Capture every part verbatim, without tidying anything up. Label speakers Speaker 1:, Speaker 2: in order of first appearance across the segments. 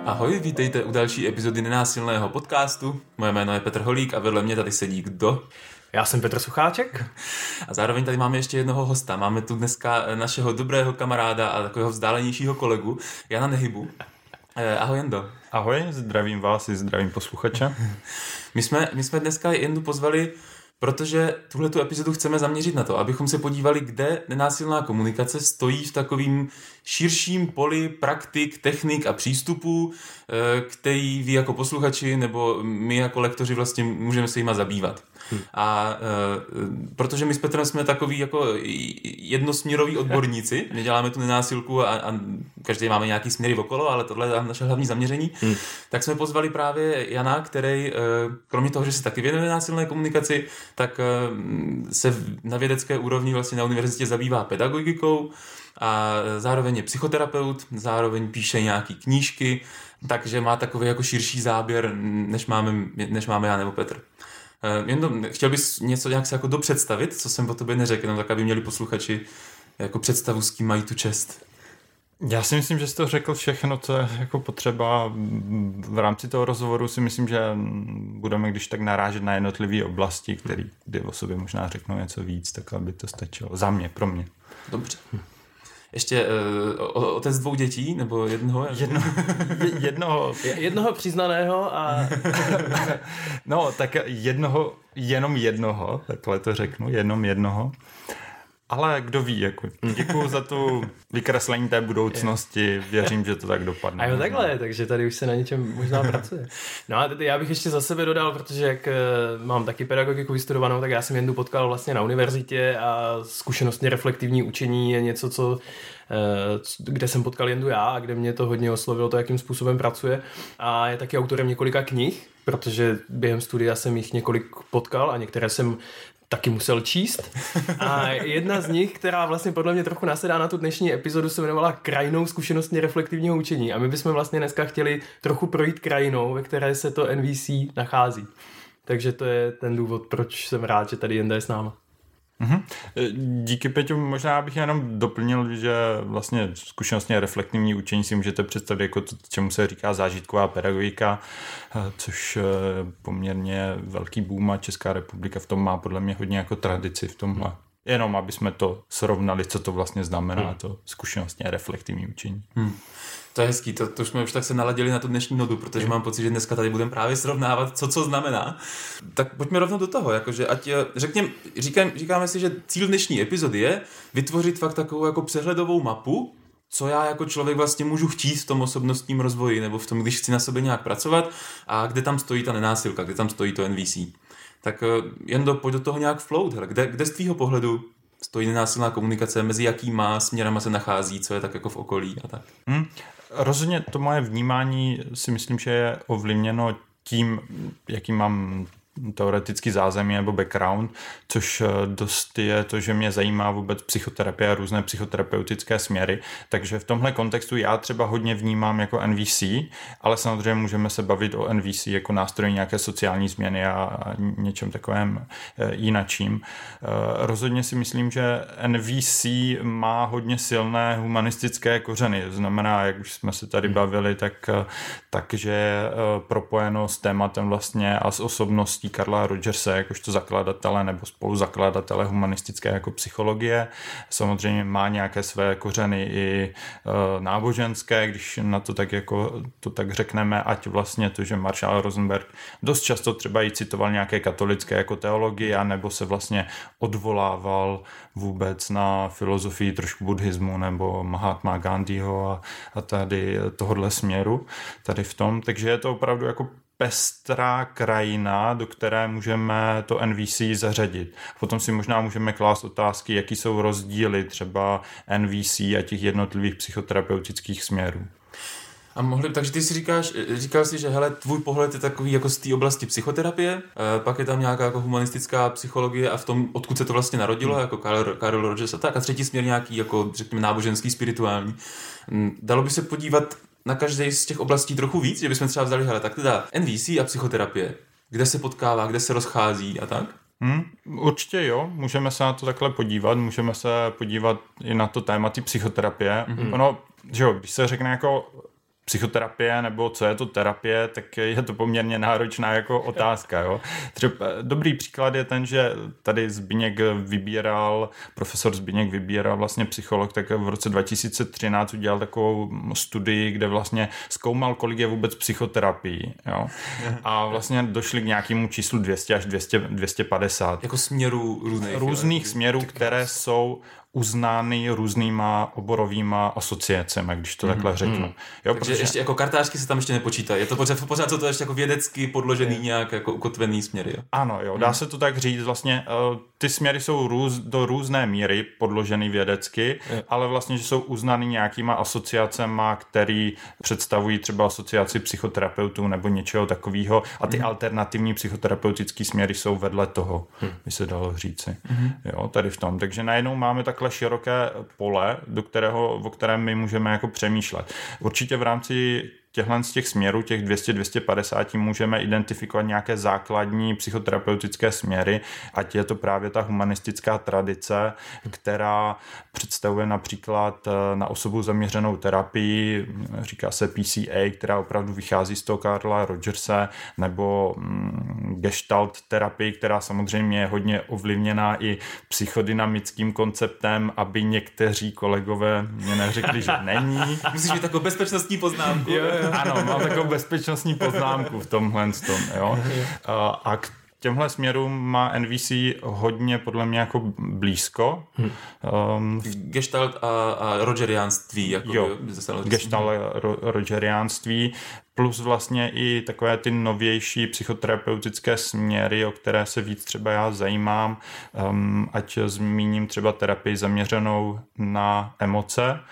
Speaker 1: Ahoj, vítejte u další epizody Nenásilného podcastu. Moje jméno je Petr Holík a vedle mě tady sedí kdo?
Speaker 2: Já jsem Petr Sucháček.
Speaker 1: A zároveň tady máme ještě jednoho hosta. Máme tu dneska našeho dobrého kamaráda a takového vzdálenějšího kolegu, Jana Nehybu. Ahoj, Jando.
Speaker 3: Ahoj, zdravím vás i zdravím posluchače.
Speaker 1: My jsme, my jsme dneska Jandu pozvali, protože tuhletu epizodu chceme zaměřit na to, abychom se podívali, kde nenásilná komunikace stojí v takovým širším poli praktik, technik a přístupů, který vy jako posluchači nebo my jako lektoři vlastně můžeme se jima zabývat. Hmm. A e, protože my s Petrem jsme takový jako jednosměroví odborníci, my děláme tu nenásilku a, a každý máme nějaký směry okolo, ale tohle je naše hlavní zaměření, hmm. tak jsme pozvali právě Jana, který e, kromě toho, že se taky věnuje nenásilné komunikaci, tak e, se na vědecké úrovni vlastně na univerzitě zabývá pedagogikou a zároveň je psychoterapeut, zároveň píše nějaký knížky, takže má takový jako širší záběr, než máme, než máme já nebo Petr. Jen chtěl bys něco nějak se jako dopředstavit, co jsem o tobě neřekl, jenom tak, aby měli posluchači jako představu, s kým mají tu čest.
Speaker 3: Já si myslím, že jsi to řekl všechno, co je jako potřeba. V rámci toho rozhovoru si myslím, že budeme když tak narážet na jednotlivé oblasti, které kdy o sobě možná řeknou něco víc, tak aby to stačilo. Za mě, pro mě.
Speaker 1: Dobře. Ještě uh, otec dvou dětí, nebo jednoho?
Speaker 3: Jedno, jednoho.
Speaker 2: Jednoho přiznaného a...
Speaker 3: No, tak jednoho, jenom jednoho, takhle to řeknu, jenom jednoho. Ale kdo ví, jako děkuju za tu vykreslení té budoucnosti, věřím, že to tak dopadne.
Speaker 2: A jo, takhle, takže tady už se na něčem možná pracuje. No a já bych ještě za sebe dodal, protože jak mám taky pedagogiku vystudovanou, tak já jsem Jandu potkal vlastně na univerzitě a zkušenostně reflektivní učení je něco, co, kde jsem potkal Jandu já a kde mě to hodně oslovilo, to, jakým způsobem pracuje. A je taky autorem několika knih, protože během studia jsem jich několik potkal a některé jsem taky musel číst. A jedna z nich, která vlastně podle mě trochu nasedá na tu dnešní epizodu, se jmenovala Krajinou zkušenostně reflektivního učení. A my bychom vlastně dneska chtěli trochu projít krajinou, ve které se to N V C nachází. Takže to je ten důvod, proč jsem rád, že tady Jenda je s náma.
Speaker 3: Mm-hmm. Díky, Peťu, možná bych jenom doplnil, že vlastně zkušenostně reflektivní učení si můžete představit jako to, čemu se říká zážitková pedagogika, což je poměrně velký boom a Česká republika v tom má podle mě hodně jako tradici v tomhle. Jenom aby jsme to srovnali, co to vlastně znamená, hmm. to zkušenostně reflektivní učení.
Speaker 1: Hmm. To je hezký, to, to jsme už tak se naladili na tu dnešní nodu, protože mám pocit, že dneska tady budeme právě srovnávat, co co znamená. Tak pojďme rovnou do toho, jakože ať řekněme, říkám, říkáme si, že cíl dnešní epizody je vytvořit fakt takovou jako přehledovou mapu, co já jako člověk vlastně můžu chtít v tom osobnostním rozvoji, nebo v tom, když chci na sobě nějak pracovat a kde tam stojí ta nenásilka, kde tam stojí to N V C. Tak jen do, pojď do toho nějak float, hele, kde, kde z tvýho pohledu stojí nenásilná komunikace, mezi jakýma směrama se nachází, co je tak jako v okolí a tak.
Speaker 3: Hmm. Rozhodně to moje vnímání si myslím, že je ovlivněno tím, jaký mám teoretický zázemí nebo background, což dost je to, že mě zajímá vůbec psychoterapie a různé psychoterapeutické směry, takže v tomhle kontextu já třeba hodně vnímám jako N V C, ale samozřejmě můžeme se bavit o N V C jako nástroj nějaké sociální změny a něčem takovém jinačím. Rozhodně si myslím, že N V C má hodně silné humanistické kořeny, znamená, jak už jsme se tady bavili, tak, takže je propojeno s tématem vlastně a s osobností Karla Rogerse, jakožto zakladatele nebo spoluzakladatele humanistické jako psychologie. Samozřejmě má nějaké své kořeny i e, náboženské, když na to tak jako to tak řekneme, ať vlastně to, že Marshall Rosenberg dost často třeba i citoval nějaké katolické jako teologie, nebo se vlastně odvolával vůbec na filozofii trošku buddhismu nebo Mahatma Gandhiho a, a tady tohodle směru tady v tom, takže je to opravdu jako pestrá krajina, do které můžeme to N V C zařadit. Potom si možná můžeme klást otázky, jaký jsou rozdíly třeba N V C a těch jednotlivých psychoterapeutických směrů.
Speaker 1: A mohli, takže ty si říkáš, říkal jsi, že hele, tvůj pohled je takový jako z té oblasti psychoterapie, pak je tam nějaká jako humanistická psychologie a v tom, odkud se to vlastně narodilo, hmm. jako Carl, Carl Rogers a tak, a třetí směr nějaký jako řekněme náboženský, spirituální. Dalo by se podívat na každé z těch oblastí trochu víc, že bychom třeba vzali, hele, tak teda N V C a psychoterapie, kde se potkává, kde se rozchází a tak?
Speaker 3: Hmm, určitě jo, můžeme se na to takhle podívat, můžeme se podívat i na to téma ty psychoterapie. Mm-hmm. Ono, že jo, když se řekne jako psychoterapie nebo co je to terapie, tak je to poměrně náročná jako otázka. Jo. Třeba dobrý příklad je ten, že tady Zbyněk vybíral, profesor Zbyněk vybíral vlastně psycholog, tak v roce dva tisíce třináct udělal takovou studii, kde vlastně zkoumal, kolik je vůbec psychoterapii. Jo. A vlastně došli k nějakému číslu dvě stě až dvě stě, dvě stě padesát.
Speaker 1: Jako směrů různých.
Speaker 3: Různých směrů, které jsou uznány různýma oborovýma asociacemi, když to mm, takhle řeknu.
Speaker 1: Mm. Jo, takže protože... ještě jako kartářky se tam ještě nepočítají. Je to pořád, pořád jsou to ještě jako vědecky podložený je. nějak jako ukotvený směry. Jo?
Speaker 3: Ano, jo, dá mm. se to tak říct. Vlastně uh, ty směry jsou růz, do různé míry podložený vědecky, je. ale vlastně, že jsou uznaný nějakýma asociacema, který představují třeba asociaci psychoterapeutů nebo něčeho takového a ty mm. alternativní psychoterapeutické směry jsou vedle toho, mm. by se dalo říci. Mm. Jo, tady v tom. Takže najednou máme tak takhle široké pole, do kterého, o kterém my můžeme jako přemýšlet. Určitě v rámci těchhle z těch směrů, těch dvě stě až dvě stě padesát, můžeme identifikovat nějaké základní psychoterapeutické směry, ať je to právě ta humanistická tradice, která představuje například na osobu zaměřenou terapii, říká se P C A, která opravdu vychází z toho Carla Rogerse, nebo mm, gestalt terapii, která samozřejmě je hodně ovlivněná i psychodynamickým konceptem, aby někteří kolegové mě neřekli, že není.
Speaker 1: Musíš mít takovou bezpečnostní poznámku.
Speaker 3: Ano, mám takovou bezpečnostní poznámku v tomhle tom, jo. A k těmhle směrům má N V C hodně podle mě jako blízko. Hmm. Um,
Speaker 1: Gestalt a, a rogeriánství. Jako
Speaker 3: jo, gestalt a ro, rogeriánství plus vlastně i takové ty novější psychoterapeutické směry, o které se víc třeba já zajímám, um, ať zmíním třeba terapii zaměřenou na emoce,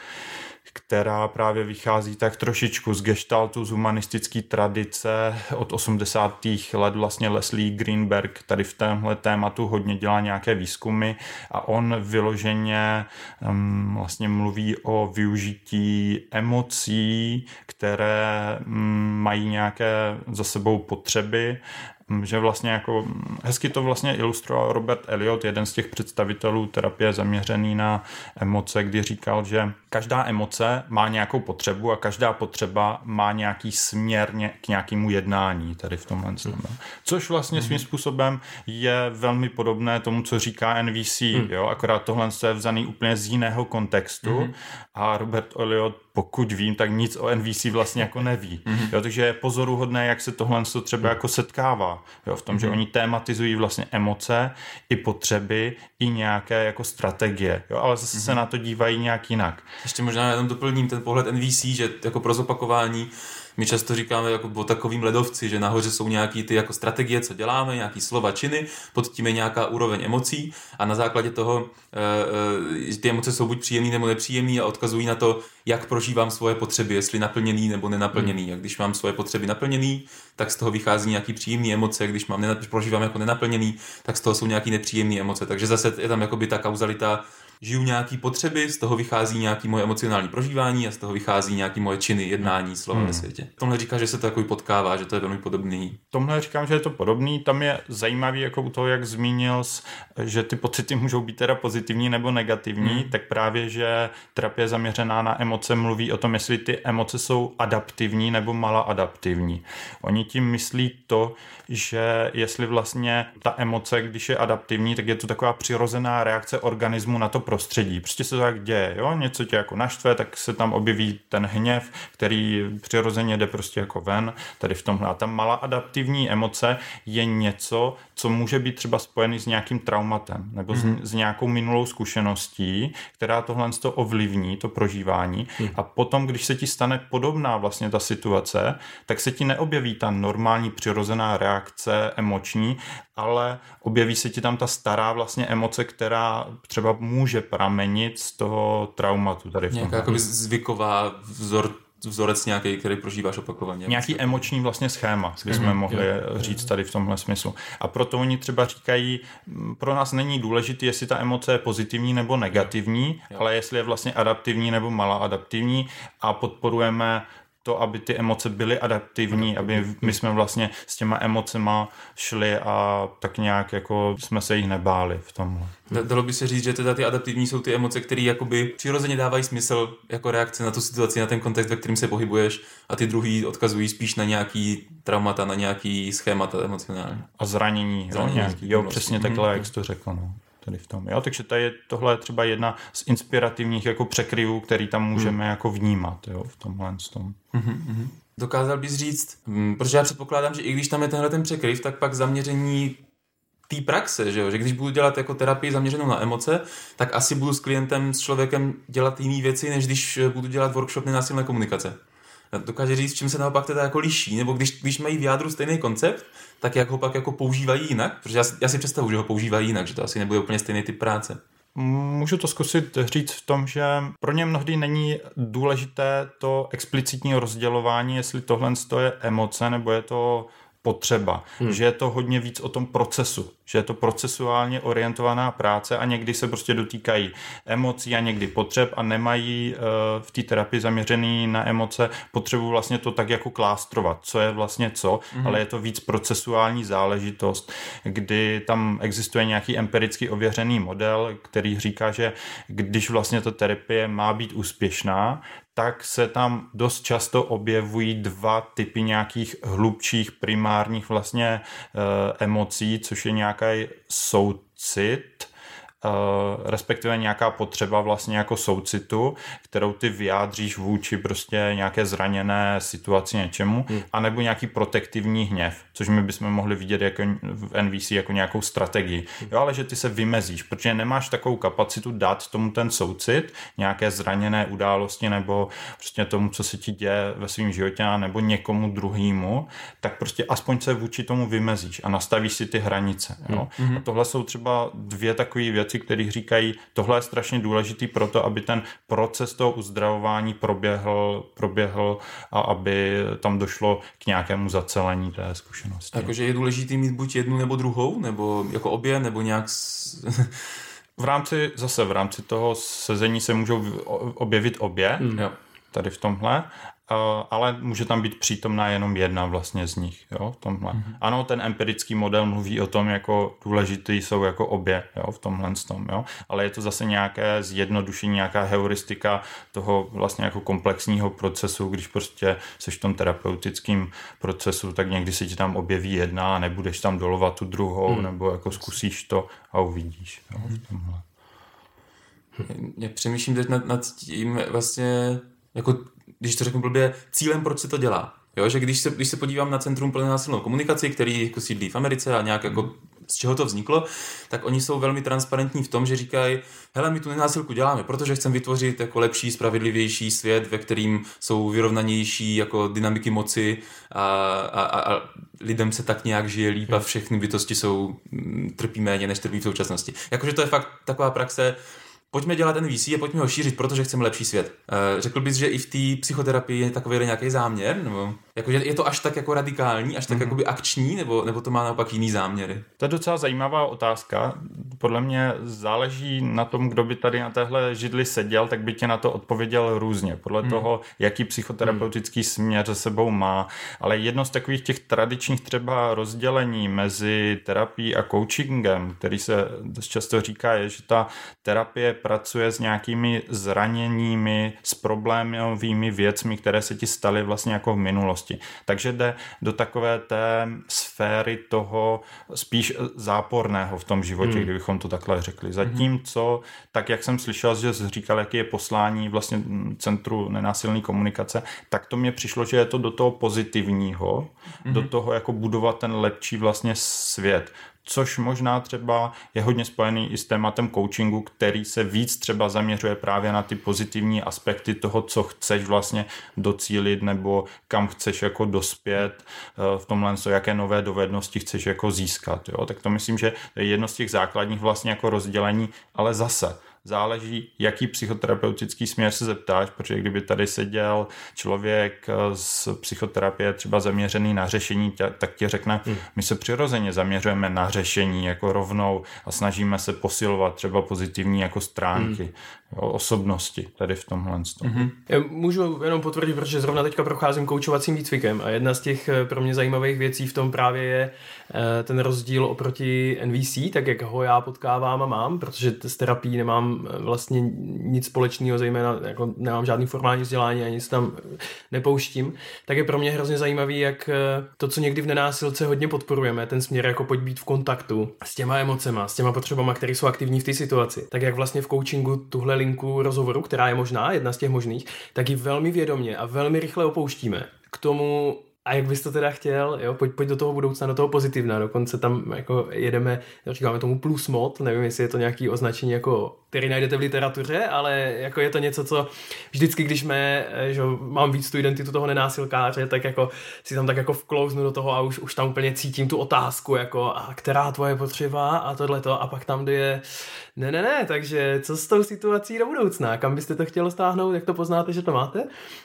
Speaker 3: která právě vychází tak trošičku z gestaltu, z humanistické tradice. Od osmdesátých let vlastně Leslie Greenberg tady v tomhle tématu hodně dělá nějaké výzkumy a on vyloženě um, vlastně mluví o využití emocí, které um, mají nějaké za sebou potřeby, že vlastně jako hezky to vlastně ilustroval Robert Elliott, jeden z těch představitelů terapie zaměřený na emoce, kdy říkal, že každá emoce má nějakou potřebu a každá potřeba má nějaký směr k nějakému jednání tady v tomhle. Mm. Což vlastně mm. svým způsobem je velmi podobné tomu, co říká N V C, mm. jo, akorát tohle je vzaný úplně z jiného kontextu mm. a Robert Elliott, pokud vím, tak nic o N V C vlastně jako neví. Mm-hmm. Jo, takže je pozoruhodné, jak se tohle třeba jako setkává. Jo, v tom, mm-hmm. že oni tématizují vlastně emoce i potřeby, i nějaké jako strategie. Jo, ale zase mm-hmm. se na to dívají nějak jinak.
Speaker 1: Ještě možná jenom doplním ten pohled N V C, že jako pro zopakování my často říkáme jako o takovým ledovci, že nahoře jsou nějaký ty jako strategie, co děláme, nějaký slova, činy, pod tím je nějaká úroveň emocí a na základě toho e, e, ty emoce jsou buď příjemný nebo nepříjemný a odkazují na to, jak prožívám svoje potřeby, jestli naplněný nebo nenaplněný. Hmm. A když mám svoje potřeby naplněný, tak z toho vychází nějaký příjemný emoce, když mám nenap- prožívám jako nenaplněný, tak z toho jsou nějaký nepříjemné emoce. Takže zase je tam jakoby ta kauzalita, žiju nějaký potřeby, z toho vychází nějaký moje emocionální prožívání a z toho vychází nějaký moje činy, jednání, slova hmm. ve světě. Tomhle říká, že se to takový potkává, že to je velmi podobný.
Speaker 3: Tomhle říkám, že je to podobný. Tam je zajímavý, jako u toho, jak zmínil, že ty pocity můžou být teda pozitivní nebo negativní, hmm. tak právě, že terapie zaměřená na emoce mluví o tom, jestli ty emoce jsou adaptivní nebo malaadaptivní. Oni tím myslí to, že jestli vlastně ta emoce, když je adaptivní, tak je to taková přirozená reakce organismu na to prostředí. Prostě se to tak děje, jo? Něco tě jako naštve, tak se tam objeví ten hněv, který přirozeně jde prostě jako ven, tady v tomhle. A ta malaadaptivní emoce je něco, co může být třeba spojený s nějakým traumatem nebo mm-hmm. s, s nějakou minulou zkušeností, která tohle to ovlivní, to prožívání. Mm. A potom, když se ti stane podobná vlastně ta situace, tak se ti neobjeví ta normální přirozená reakce emoční, ale objeví se ti tam ta stará vlastně emoce, která třeba může pramenit z toho traumatu tady v tom.
Speaker 1: Nějaká jakoby zvyková vzor vzorec nějaký, který prožíváš opakovaně.
Speaker 3: Nějaký emoční vlastně schéma, bychom mm-hmm. mohli jo, říct tady v tomhle smyslu. A proto oni třeba říkají, pro nás není důležité, jestli ta emoce je pozitivní nebo negativní, jo. ale jestli je vlastně adaptivní nebo malaadaptivní a podporujeme to, aby ty emoce byly adaptivní, aby my jsme vlastně s těma emocema šli a tak nějak jako jsme se jich nebáli v tomhle.
Speaker 1: Dalo by se říct, že teda ty adaptivní jsou ty emoce, které jakoby přirozeně dávají smysl jako reakce na tu situaci, na ten kontext, ve kterým se pohybuješ, a ty druhý odkazují spíš na nějaký traumata, na nějaký schémata emocionální.
Speaker 3: A zranění, zranění jo, nějaký, jo přesně takhle, mm-hmm. jak jsi to řekl, no. Tady v tom. Jo, takže tady je, tohle je třeba jedna z inspirativních jako překryvů, který tam můžeme mm. jako vnímat, jo, v tomhle tom.
Speaker 1: Mm-hmm. Dokázal bys říct, protože já předpokládám, že i když tam je tenhle ten překryv, tak pak zaměření té praxe, že jo, že když budu dělat jako terapii zaměřenou na emoce, tak asi budu s klientem, s člověkem dělat jiné věci, než když budu dělat workshop nenásilné komunikace. Dokáže říct, čím se naopak teda jako liší, nebo když, když mají v jádru stejný koncept, tak jak ho pak jako používají jinak, protože já, já si představuji, že ho používají jinak, že to asi nebude úplně stejný typ práce.
Speaker 3: Můžu to zkusit říct v tom, že pro ně mnohdy není důležité to explicitní rozdělování, jestli tohle je emoce, nebo je to potřeba, hmm. že je to hodně víc o tom procesu, že je to procesuálně orientovaná práce a někdy se prostě dotýkají emocí a někdy potřeb a nemají uh, v té terapii zaměřený na emoce potřebu vlastně to tak jako klástrovat, co je vlastně co, hmm. ale je to víc procesuální záležitost, kdy tam existuje nějaký empiricky ověřený model, který říká, že když vlastně ta terapie má být úspěšná, tak se tam dost často objevují dva typy nějakých hlubších primárních vlastně e, emocí, což je nějaký soucit, Uh, respektive nějaká potřeba vlastně jako soucitu, kterou ty vyjádříš vůči prostě nějaké zraněné situaci něčemu, hmm. anebo nějaký protektivní hněv, což my bychom mohli vidět jako v N V C jako nějakou strategii. Hmm. Jo, ale že ty se vymezíš, protože nemáš takovou kapacitu dát tomu ten soucit, nějaké zraněné události nebo prostě tomu, co se ti děje ve svém životě, nebo někomu druhému, tak prostě aspoň se vůči tomu vymezíš a nastavíš si ty hranice. Jo? Hmm. A tohle jsou třeba dvě takové věci, kteří říkají, tohle je strašně důležitý pro to, aby ten proces toho uzdravování proběhl, proběhl a aby tam došlo k nějakému zacelení té zkušenosti.
Speaker 1: Takže je důležitý mít buď jednu nebo druhou, nebo jako obě, nebo nějak... S...
Speaker 3: v rámci, zase v rámci toho sezení se můžou objevit obě,
Speaker 1: mm.
Speaker 3: tady v tomhle, ale může tam být přítomná jenom jedna vlastně z nich, jo, v tomhle. Mm-hmm. Ano, ten empirický model mluví o tom, jako důležitý jsou jako obě, jo, v tomhle tom, jo, ale je to zase nějaké zjednodušení, nějaká heuristika toho vlastně jako komplexního procesu, když prostě seš v tom terapeutickém procesu, tak někdy se ti tam objeví jedna a nebudeš tam dolovat tu druhou, mm. nebo jako zkusíš to a uvidíš, jo, v tomhle.
Speaker 1: Já přemýšlím teď nad, nad tím vlastně, jako když to řeknu blbě, cílem, proč se to dělá. Jo, že když se, když se podívám na Centrum pro nenásilnou komunikaci, který jako sídlí v Americe a nějak jako z čeho to vzniklo, tak oni jsou velmi transparentní v tom, že říkají, hele, my tu nenásilku děláme, protože chceme vytvořit jako lepší, spravedlivější svět, ve kterým jsou vyrovnanější jako dynamiky moci a, a, a lidem se tak nějak žije líp a všechny bytosti jsou, trpí méně, než trpí v současnosti. Jakože to je fakt taková praxe. Pojďme dělat ten V C a pojďme ho šířit, protože chceme lepší svět. E, řekl bys, že i v té psychoterapii je takový nějaký záměr? Nebo jako, je to až tak jako radikální, až tak mm-hmm. jakoby akční, nebo, nebo to má naopak jiný záměry?
Speaker 3: To je docela zajímavá otázka. Podle mě záleží na tom, kdo by tady na téhle židli seděl, tak by tě na to odpověděl různě. Podle mm. toho, jaký psychoterapeutický mm. směr za sebou má. Ale jedno z takových těch tradičních třeba rozdělení mezi terapií a coachingem, který se dost často říká, je, že ta terapie pracuje s nějakými zraněními, s problémovými věcmi, které se ti staly vlastně jako v minulosti. Takže jde do takové té sféry toho spíš záporného v tom životě, hmm. kdybychom to takhle řekli. Zatímco, tak jak jsem slyšel, že jsi říkal, jaký je poslání vlastně Centru nenásilné komunikace, tak to mně přišlo, že je to do toho pozitivního, hmm. do toho jako budovat ten lepší vlastně svět. Což možná třeba je hodně spojený i s tématem coachingu, který se víc třeba zaměřuje právě na ty pozitivní aspekty toho, co chceš vlastně docílit nebo kam chceš jako dospět v tomhle, jaké nové dovednosti chceš jako získat. Jo? Tak to myslím, že je jedno z těch základních vlastně jako rozdělení, ale zase záleží, jaký psychoterapeutický směr se zeptáš, protože kdyby tady seděl člověk z psychoterapie třeba zaměřený na řešení, tak ti řekne, hmm. my se přirozeně zaměřujeme na řešení jako rovnou a snažíme se posilovat třeba pozitivní jako stránky hmm. jo, osobnosti tady v tomhle.
Speaker 2: Hmm. Já můžu jenom potvrdit, protože zrovna teďka procházím koučovacím výcvikem a jedna z těch pro mě zajímavých věcí v tom právě je ten rozdíl oproti N V C, tak jak ho já potkávám a mám, protože s terapií nemám vlastně nic společného, zejména jako nemám žádný formální vzdělání ani se tam nepouštím, tak je pro mě hrozně zajímavý, jak to, co někdy v nenásilce hodně podporujeme, ten směr jako pojď být v kontaktu s těma emocema, s těma potřebama, které jsou aktivní v té situaci, tak jak vlastně v coachingu tuhle linku rozhovoru, která je možná, jedna z těch možných, tak ji velmi vědomě a velmi rychle opouštíme k tomu. A jak bys to teda chtěl, jo, pojď, pojď do toho budoucna, do toho pozitivna, dokonce tam jako jedeme, říkáme tomu plus mod, nevím, jestli je to nějaký označení, jako, který najdete v literatuře, ale jako je to něco, co vždycky, když mé, že mám víc tu identitu toho nenásilkáře, tak jako si tam tak jako vklouznu do toho a už, už tam úplně cítím tu otázku, jako a která tvoje potřeba a tohleto a pak tam je ne, ne, ne, takže co s tou situací do budoucna, kam byste to chtělo stáhnout, jak to poznáte, že to máte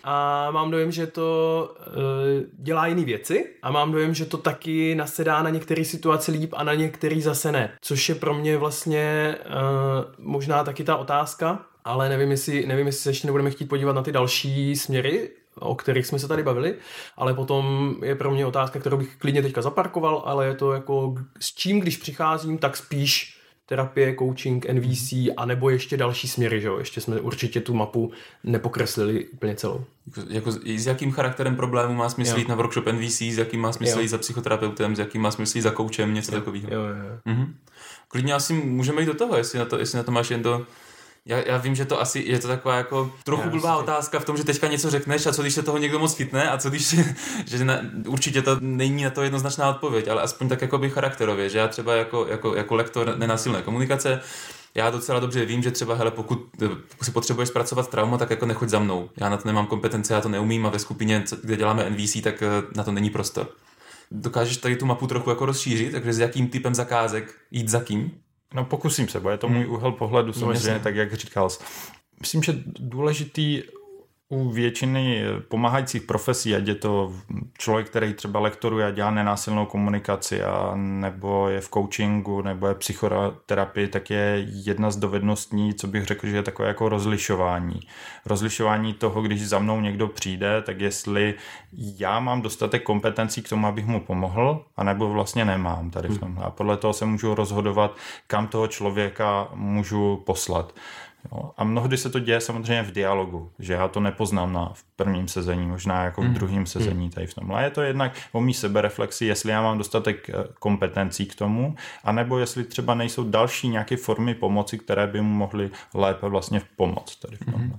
Speaker 2: a mám dojem, že to uh, dělá jiný věci a mám dojem, že to taky nasedá na některé situace líp a na některé zase ne, což je pro mě vlastně uh, možná taky ta otázka, ale nevím, jestli, nevím, jestli se ještě nebudeme chtít podívat na ty další směry, o kterých jsme se tady bavili, ale potom je pro mě otázka, kterou bych klidně teďka zaparkoval, ale je to jako s čím, když přicházím, tak spíš terapie, coaching, N V C, anebo ještě další směry, že jo? Ještě jsme určitě tu mapu nepokreslili úplně celou.
Speaker 1: Jako, s jakým charakterem problému má smysl jít na workshop N V C, s jakým má smysl jít za psychoterapeutem, s jakým má smysl jít za coachem, něco takového.
Speaker 2: Jo, jo, jo.
Speaker 1: Mhm. Klidně asi můžeme jít do toho, jestli na to, jestli na to máš jen to... Já, já vím, že to asi je to taková jako trochu blbá otázka v tom, že teďka něco řekneš a co když se toho někdo moc chytne a co když, že na, určitě to není na to jednoznačná odpověď, ale aspoň tak jako by charakterově, že já třeba jako, jako, jako lektor nenásilné komunikace, já docela dobře vím, že třeba hele, pokud si potřebuješ zpracovat trauma, tak jako nechoď za mnou. Já na to nemám kompetence, já to neumím a ve skupině, kde děláme N V C, tak na to není prostor. Dokážeš tady tu mapu trochu jako rozšířit, takže s jakým typem zakázek jít za kým?
Speaker 3: No pokusím se, bo je to můj úhel pohledu samozřejmě, tak jak říkal jsi. Myslím, že důležitý u většiny pomáhajících profesí, ať je to člověk, který třeba lektoruje a dělá nenásilnou komunikaci a nebo je v coachingu, nebo je psychoterapii, tak je jedna z dovedností, co bych řekl, že je takové jako rozlišování. Rozlišování toho, když za mnou někdo přijde, tak jestli já mám dostatek kompetencí k tomu, abych mu pomohl, anebo vlastně nemám tady v tom. A podle toho se můžu rozhodovat, kam toho člověka můžu poslat. Jo. A mnohdy se to děje samozřejmě v dialogu, že já to nepoznám na v prvním sezení, možná jako v mm. druhém sezení tady v tomhle. Je to jednak o mý sebereflexi, jestli já mám dostatek kompetencí k tomu, anebo jestli třeba nejsou další nějaké formy pomoci, které by mu mohly lépe vlastně pomoct tady v tomhle. Mm.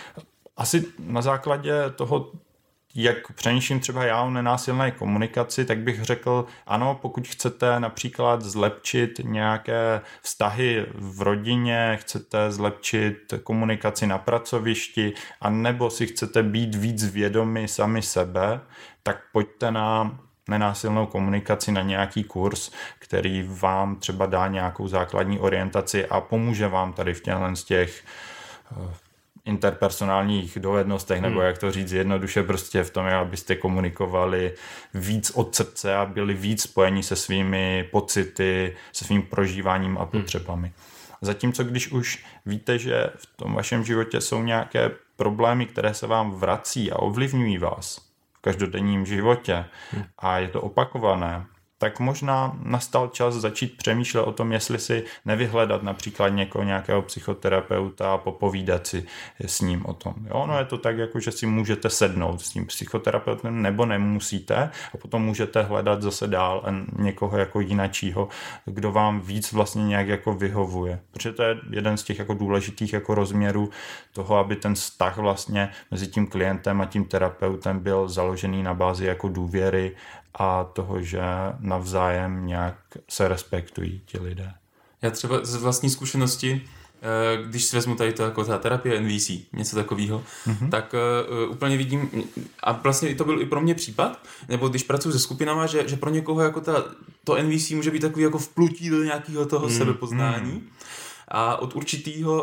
Speaker 3: Asi na základě toho, jak přemýšlím třeba já o nenásilné komunikaci, tak bych řekl, ano, pokud chcete například zlepšit nějaké vztahy v rodině, chcete zlepšit komunikaci na pracovišti, anebo si chcete být víc vědomi sami sebe, tak pojďte na nenásilnou komunikaci na nějaký kurz, který vám třeba dá nějakou základní orientaci a pomůže vám tady v těchto z těch interpersonálních dovednostech, nebo jak to říct jednoduše, prostě v tom, abyste komunikovali víc od srdce a byli víc spojeni se svými pocity, se svým prožíváním a potřebami. Zatímco když už víte, že v tom vašem životě jsou nějaké problémy, které se vám vrací a ovlivňují vás v každodenním životě a je to opakované, tak možná nastal čas začít přemýšlet o tom, jestli si nevyhledat například někoho, nějakého psychoterapeuta a popovídat si s ním o tom. Jo, no je to tak, jako že si můžete sednout s tím psychoterapeutem, nebo nemusíte a potom můžete hledat zase dál někoho jako jinačího, kdo vám víc vlastně nějak jako vyhovuje. Protože to je jeden z těch jako důležitých jako rozměrů toho, aby ten vztah vlastně mezi tím klientem a tím terapeutem byl založený na bázi jako důvěry a toho, že navzájem nějak se respektují ti lidé.
Speaker 1: Já třeba z vlastní zkušenosti, když si vezmu tady to jako ta terapie N V C, něco takového, mm-hmm. tak uh, úplně vidím, a vlastně to byl i pro mě případ, nebo když pracuji se skupinama, že, že pro někoho jako ta, to N V C může být takový jako vplutí do nějakého toho mm. sebepoznání mm. a od určitého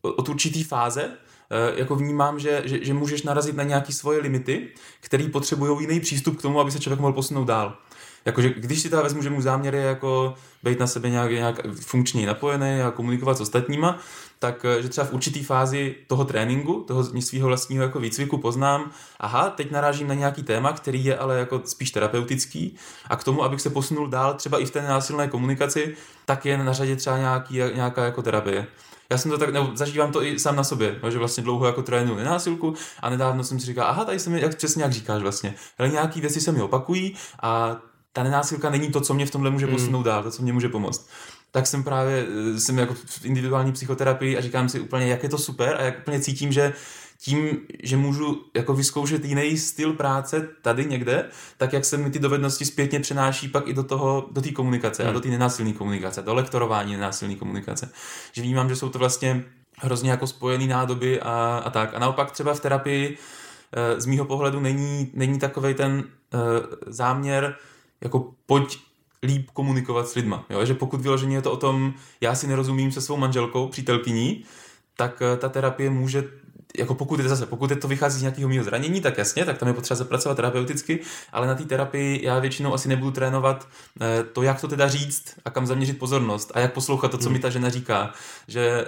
Speaker 1: od určitý fáze jako vnímám, že, že, že můžeš narazit na nějaké svoje limity, které potřebují jiný přístup k tomu, aby se člověk mohl posunout dál. Jakože když si teda vezmu, že můj záměr je jako být na sebe nějak, nějak funkčně napojený a komunikovat s ostatníma, tak že třeba v určitý fázi toho tréninku, toho svého vlastního jako výcviku poznám, aha, teď narážím na nějaký téma, který je ale jako spíš terapeutický a k tomu, abych se posunul dál třeba i v té nenásilné komunikaci, tak je na řadě třeba nějaký, nějaká jako terapie. Já jsem to tak, nebo zažívám to i sám na sobě, že vlastně dlouho jako trénuju nenásilku a nedávno jsem si říkal, aha, tady se mi, jak přesně jak říkáš vlastně, ale nějaký věci se mi opakují a ta nenásilka není to, co mě v tomhle může posunout dál, to, co mě může pomoct. Tak jsem právě, jsem jako v individuální psychoterapii a říkám si úplně, jak je to super a jak úplně cítím, že tím, že můžu jako vyzkoušet jiný styl práce tady někde, tak jak se mi ty dovednosti zpětně přenáší pak i do toho, do té komunikace hmm. a do té nenásilné komunikace, do lektorování nenásilné komunikace. Že vnímám, že jsou to vlastně hrozně jako spojený nádoby a, a tak. A naopak třeba v terapii e, z mýho pohledu není, není takovej ten e, záměr jako pojď líp komunikovat s lidma. Jo? Že pokud vyloženě je to o tom, já si nerozumím se svou manželkou, přítelkyní, tak ta terapie může, jako pokud je zase, pokud je to vychází z nějakého mýho zranění, tak jasně, tak tam je potřeba zapracovat terapeuticky, ale na té terapii já většinou asi nebudu trénovat to, jak to teda říct a kam zaměřit pozornost a jak poslouchat to, co mi ta žena říká. Že,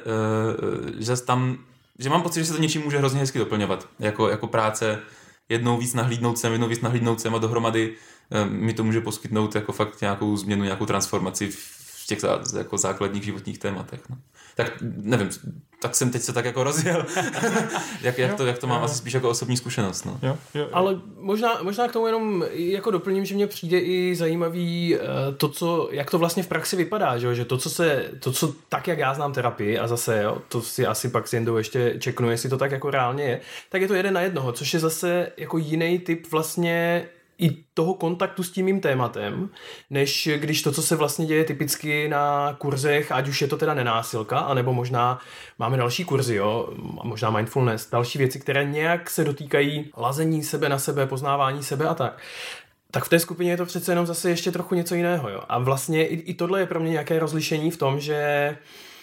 Speaker 1: že tam, že mám pocit, že se to něčím může hrozně hezky doplňovat. Jako, jako práce jednou víc nahlídnout sem, jednou víc nahlídnout sem a dohromady mi to může poskytnout jako fakt nějakou změnu, nějakou transformaci v těch zá, jako základních životních tématech. No. Tak nevím, tak jsem teď se tak jako rozjel. jak, jak, to, jak to mám jo. asi spíš jako osobní zkušenost. No.
Speaker 2: Jo, jo, jo. Ale možná, možná k tomu jenom jako doplním, že mně přijde i zajímavý to, co, jak to vlastně v praxi vypadá, že, že to, co se, to, co tak, jak já znám terapii a zase, jo, to si asi pak s Jendou ještě čeknu, jestli to tak jako reálně je, tak je to jeden na jednoho, což je zase jako jiný typ vlastně i toho kontaktu s tím mým tématem, než když to, co se vlastně děje typicky na kurzech, ať už je to teda nenásilka, anebo možná máme další kurzy, jo, možná mindfulness, další věci, které nějak se dotýkají lazení sebe na sebe, poznávání sebe a tak. Tak v té skupině je to přece jenom zase ještě trochu něco jiného, jo. A vlastně i, i tohle je pro mě nějaké rozlišení v tom, že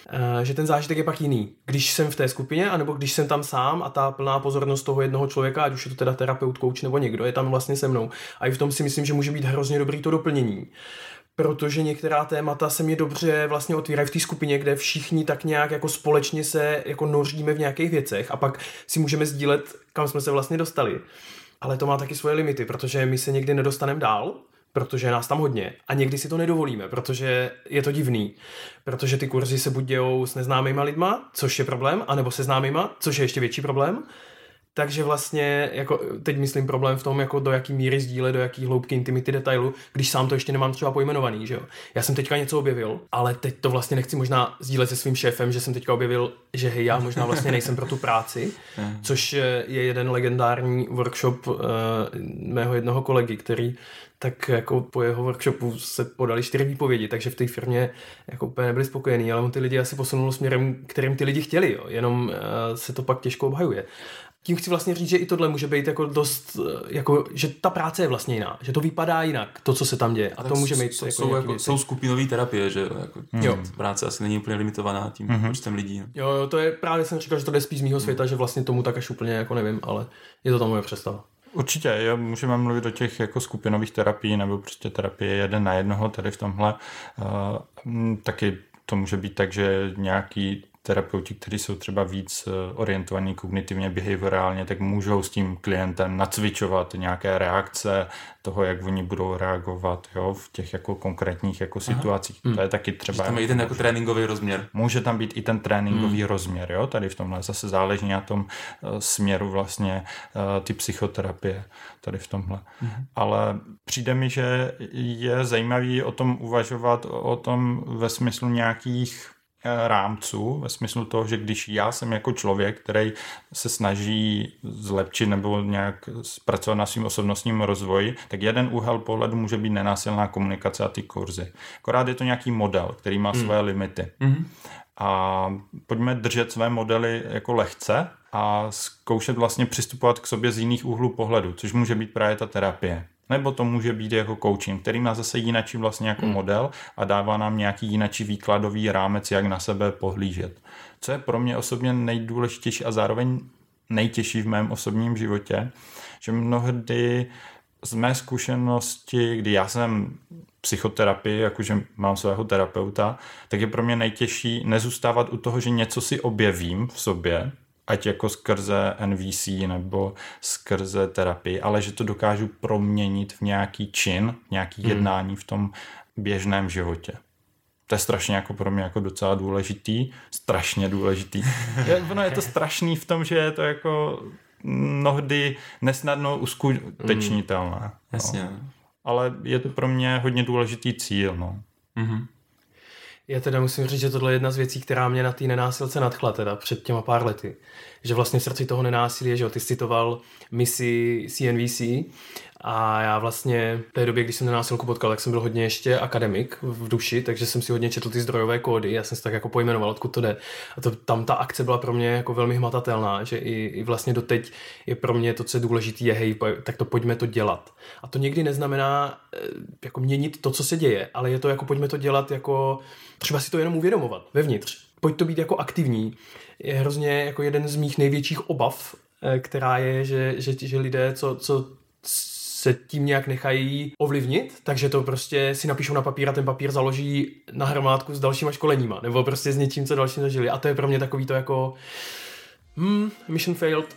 Speaker 2: že ten zážitek je pak jiný. Když jsem v té skupině, anebo když jsem tam sám a ta plná pozornost toho jednoho člověka, ať už je to teda terapeut, coach nebo někdo, je tam vlastně se mnou. A i v tom si myslím, že může být hrozně dobrý to doplnění. Protože některá témata se mě dobře vlastně otvírají v té skupině, kde všichni tak nějak jako společně se jako noříme v nějakých věcech a pak si můžeme sdílet, kam jsme se vlastně dostali. Ale to má taky svoje limity, protože my se někdy nedostaneme dál, protože nás tam hodně a někdy si to nedovolíme, protože je to divný, protože ty kurzy se buď dějou s neznámýma lidma, což je problém, anebo se známýma, což je ještě větší problém. Takže vlastně, jako teď myslím problém v tom, jako do jaký míry sdílet, do jaký hloubky, intimity, detailu, když sám to ještě nemám třeba pojmenovaný, že jo. Já jsem teďka něco objevil, ale teď to vlastně nechci možná sdílet se svým šéfem, že jsem teďka objevil, že hej, já možná vlastně nejsem pro tu práci, což je jeden legendární workshop uh, mého jednoho kolegy, který tak jako po jeho workshopu se podali čtyři výpovědi, takže v té firmě jako úplně nebyli spokojení, ale on ty lidi asi posunul směrem, kterým ty lidi chtěli, jo. Jenom uh, se to pak těžko obhajuje. Tím chci vlastně říct, že i tohle může být jako dost, jako, že ta práce je vlastně jiná, že to vypadá jinak, to, co se tam děje. A, a to může mít
Speaker 1: jsou, jako jako, jsou skupinové terapie, že jako, hmm. práce asi není úplně limitovaná tím hmm. počtem lidí. No.
Speaker 2: Jo, jo, to je právě, jsem říkal, že to jde spíš z mýho světa, hmm. že vlastně tomu tak až úplně jako nevím, ale je to tam moje představa.
Speaker 3: Určitě, jo, můžeme mluvit o těch jako skupinových terapií nebo prostě terapie jeden na jednoho tady v tomhle. Uh, taky to může být tak, že nějaký terapeuti, kteří jsou třeba víc orientovaní kognitivně, behaviorálně, tak můžou s tím klientem nacvičovat nějaké reakce toho, jak oni budou reagovat, jo, v těch jako konkrétních jako situacích.
Speaker 1: Hmm.
Speaker 3: To je taky třeba...
Speaker 1: Že tam je i ten jako tréninkový rozměr.
Speaker 3: Může tam být i ten tréninkový hmm. rozměr, jo, tady v tomhle. Zase záleží na tom uh, směru vlastně uh, ty psychoterapie tady v tomhle. Hmm. Ale přijde mi, že je zajímavý o tom uvažovat, o tom ve smyslu nějakých rámců, ve smyslu toho, že když já jsem jako člověk, který se snaží zlepšit nebo nějak pracovat na svým osobnostním rozvoji, tak jeden úhel pohledu může být nenásilná komunikace a ty kurzy. Akorát je to nějaký model, který má mm. své limity. Mm. A pojďme držet své modely jako lehce a zkoušet vlastně přistupovat k sobě z jiných úhlů pohledu, což může být právě ta terapie. Nebo to může být jako coaching, který má zase jinačí vlastně jako hmm. model a dává nám nějaký jinačí výkladový rámec, jak na sebe pohlížet. Co je pro mě osobně nejdůležitější a zároveň nejtěžší v mém osobním životě, že mnohdy z mé zkušenosti, kdy já jsem psychoterapii, jakože mám svého terapeuta, tak je pro mě nejtěžší nezůstávat u toho, že něco si objevím v sobě, ať jako skrze N V C nebo skrze terapii, ale že to dokážu proměnit v nějaký čin, nějaký hmm. jednání v tom běžném životě. To je strašně jako pro mě jako docela důležitý, strašně důležitý. Je, ono je to strašný v tom, že je to jako mnohdy nesnadno uskutečnitelné. Mm,
Speaker 1: jasně.
Speaker 3: No. Ale je to pro mě hodně důležitý cíl. No.
Speaker 1: Mm-hmm.
Speaker 2: Já teda musím říct, že tohle je jedna z věcí, která mě na té nenásilce nadchla teda před těma pár lety. Že vlastně v srdci toho nenásilí je, že jo, ty citoval misi C N V C a já vlastně v té době, když jsem nenásilku potkal, tak jsem byl hodně ještě akademik v duši, takže jsem si hodně četl ty zdrojové kódy, já jsem si tak jako pojmenoval, odkud to jde. A to, tam ta akce byla pro mě jako velmi hmatatelná, že i, i vlastně doteď je pro mě to, co je důležité, je hej, tak to pojďme to dělat. A to někdy neznamená jako měnit to, co se děje, ale je to jako pojďme to dělat jako třeba si to jenom uvědomovat vevnitř. Pojď to být jako aktivní. Je hrozně jako jeden z mých největších obav, která je, že, že, že lidé, co, co se tím nějak nechají ovlivnit, takže to prostě si napíšou na papír a ten papír založí na hromádku s dalšíma školeníma, nebo prostě s něčím, co dalším zažili. A to je pro mě takový to jako hmm, mission failed.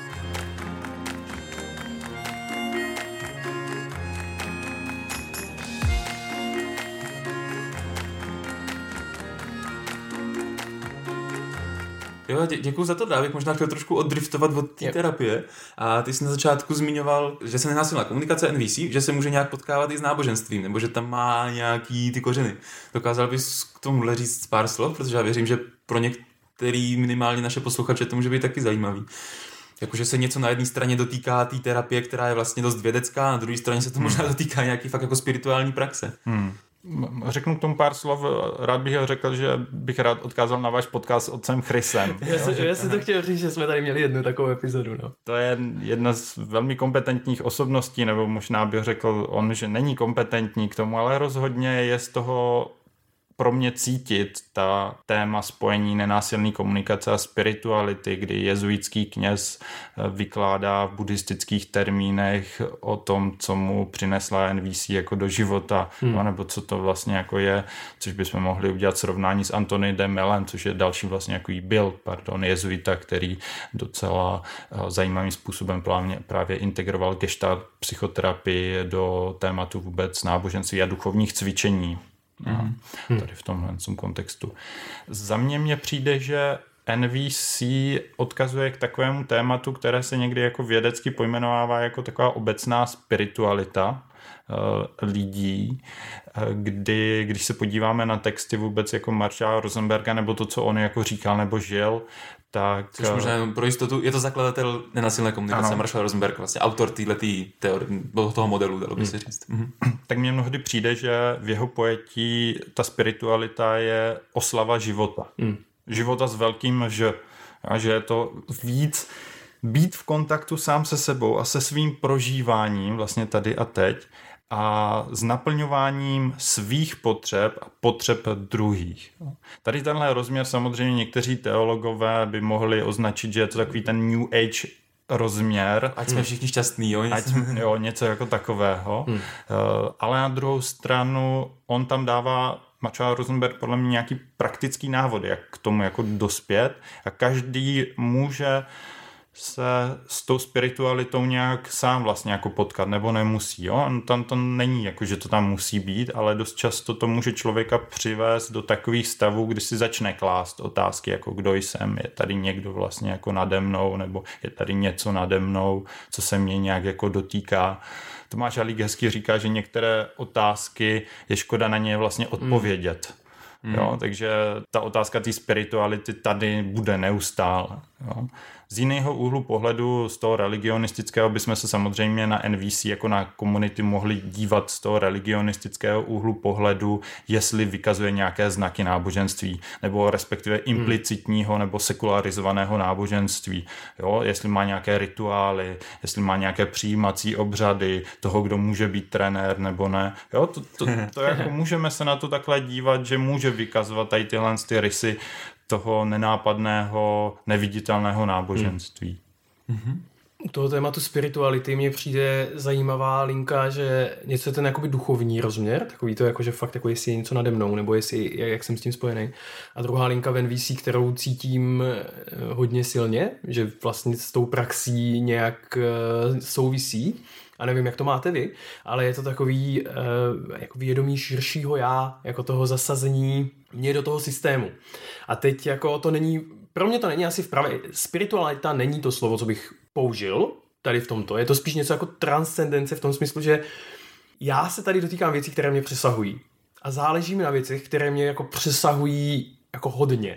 Speaker 1: Jo, dě, děkuju za to, Dávek. Možná chtěl trošku oddriftovat od té yep. terapie. A ty jsi na začátku zmiňoval, že se nenásilná komunikace N V C, že se může nějak potkávat i s náboženstvím, nebo že tam má nějaký ty kořeny. Dokázal bys k tomu říct pár slov, protože já věřím, že pro některý minimálně naše posluchače to může být taky zajímavý. Jakože se něco na jedné straně dotýká té terapie, která je vlastně dost vědecká, na druhé straně se to možná dotýká nějaký fakt jako spirituální praxe.
Speaker 3: Hmm. Řeknu k tomu pár slov, rád bych řekl, že bych rád odkázal na váš podcast s otcem Chrisem.
Speaker 2: Já, si, já si to chtěl říct, že jsme tady měli jednu takovou epizodu. No.
Speaker 3: To je jedna z velmi kompetentních osobností, nebo možná bych řekl on, že není kompetentní k tomu, ale rozhodně je z toho pro mě cítit ta téma spojení nenásilné komunikace a spirituality, kdy jezuitský kněz vykládá v buddhistických termínech o tom, co mu přinesla N V C jako do života, hmm. nebo co to vlastně jako je, což bychom mohli udělat srovnání s Anthony de Melem, což je další vlastně jako byl, pardon, jezuita, který docela zajímavým způsobem právě, právě integroval gestalt psychoterapii do tématu vůbec náboženství a duchovních cvičení. Mm. Tady v tomhle kontextu. Za mě mně přijde, že N V C odkazuje k takovému tématu, které se někdy jako vědecky pojmenovává jako taková obecná spiritualita uh, lidí, kdy, když se podíváme na texty vůbec jako Marshalla Rosenberga nebo to, co on jako říkal nebo žil, tak...
Speaker 1: Což možná jenom pro jistotu, je to zakladatel nenásilné komunikace, ano. Marshall Rosenberg, vlastně autor této teorie, toho modelu, dalo by se říct. Mhm.
Speaker 3: Tak mně mnohdy přijde, že v jeho pojetí ta spiritualita je oslava života. Mm. Života s velkým Ž. A že je to víc být v kontaktu sám se sebou a se svým prožíváním vlastně tady a teď a s naplňováním svých potřeb a potřeb druhých. Tady tenhle rozměr samozřejmě někteří teologové by mohli označit, že je to takový ten New Age rozměr.
Speaker 1: Ať jsme všichni šťastní, jo?
Speaker 3: Ať, jo, něco jako takového. Hmm. Uh, ale na druhou stranu on tam dává Marshall Rosenberg podle mě nějaký praktický návod, jak k tomu jako dospět a každý může se s tou spiritualitou nějak sám vlastně jako potkat, nebo nemusí. Jo? Tam to není jako, že to tam musí být, ale dost často to může člověka přivést do takových stavů, kdy si začne klást otázky, jako kdo jsem, je tady někdo vlastně jako nade mnou, nebo je tady něco nade mnou, co se mě nějak jako dotýká. Tomáš Halík hezky říká, že některé otázky je škoda na ně vlastně odpovědět. Mm. Jo? Takže ta otázka té spirituality tady bude neustále. Jo? Z jiného úhlu pohledu, z toho religionistického, bychom se samozřejmě na N V C jako na komunity mohli dívat z toho religionistického úhlu pohledu, jestli vykazuje nějaké znaky náboženství, nebo respektive implicitního nebo sekularizovaného náboženství. Jo? Jestli má nějaké rituály, jestli má nějaké přijímací obřady toho, kdo může být trenér nebo ne. Jo? To, to, to jako můžeme se na to takhle dívat, že může vykazovat tady tyhle ty rysy toho nenápadného, neviditelného náboženství.
Speaker 2: Mm-hmm. U toho tématu spirituality mně přijde zajímavá linka, že něco je ten jakoby duchovní rozměr, takový to jako, že fakt jako jestli je něco nade mnou, nebo jestli, jak, jak jsem s tím spojený. A druhá linka v N V C, kterou cítím hodně silně, že vlastně s tou praxí nějak souvisí. A nevím, jak to máte vy, ale je to takový uh, jako vědomí širšího já, jako toho zasazení mě do toho systému. A teď jako to není, pro mě to není asi v pravě, spiritualita není to slovo, co bych použil tady v tomto. Je to spíš něco jako transcendence v tom smyslu, že já se tady dotýkám věcí, které mě přesahují. A záleží mi na věcech, které mě jako přesahují jako hodně.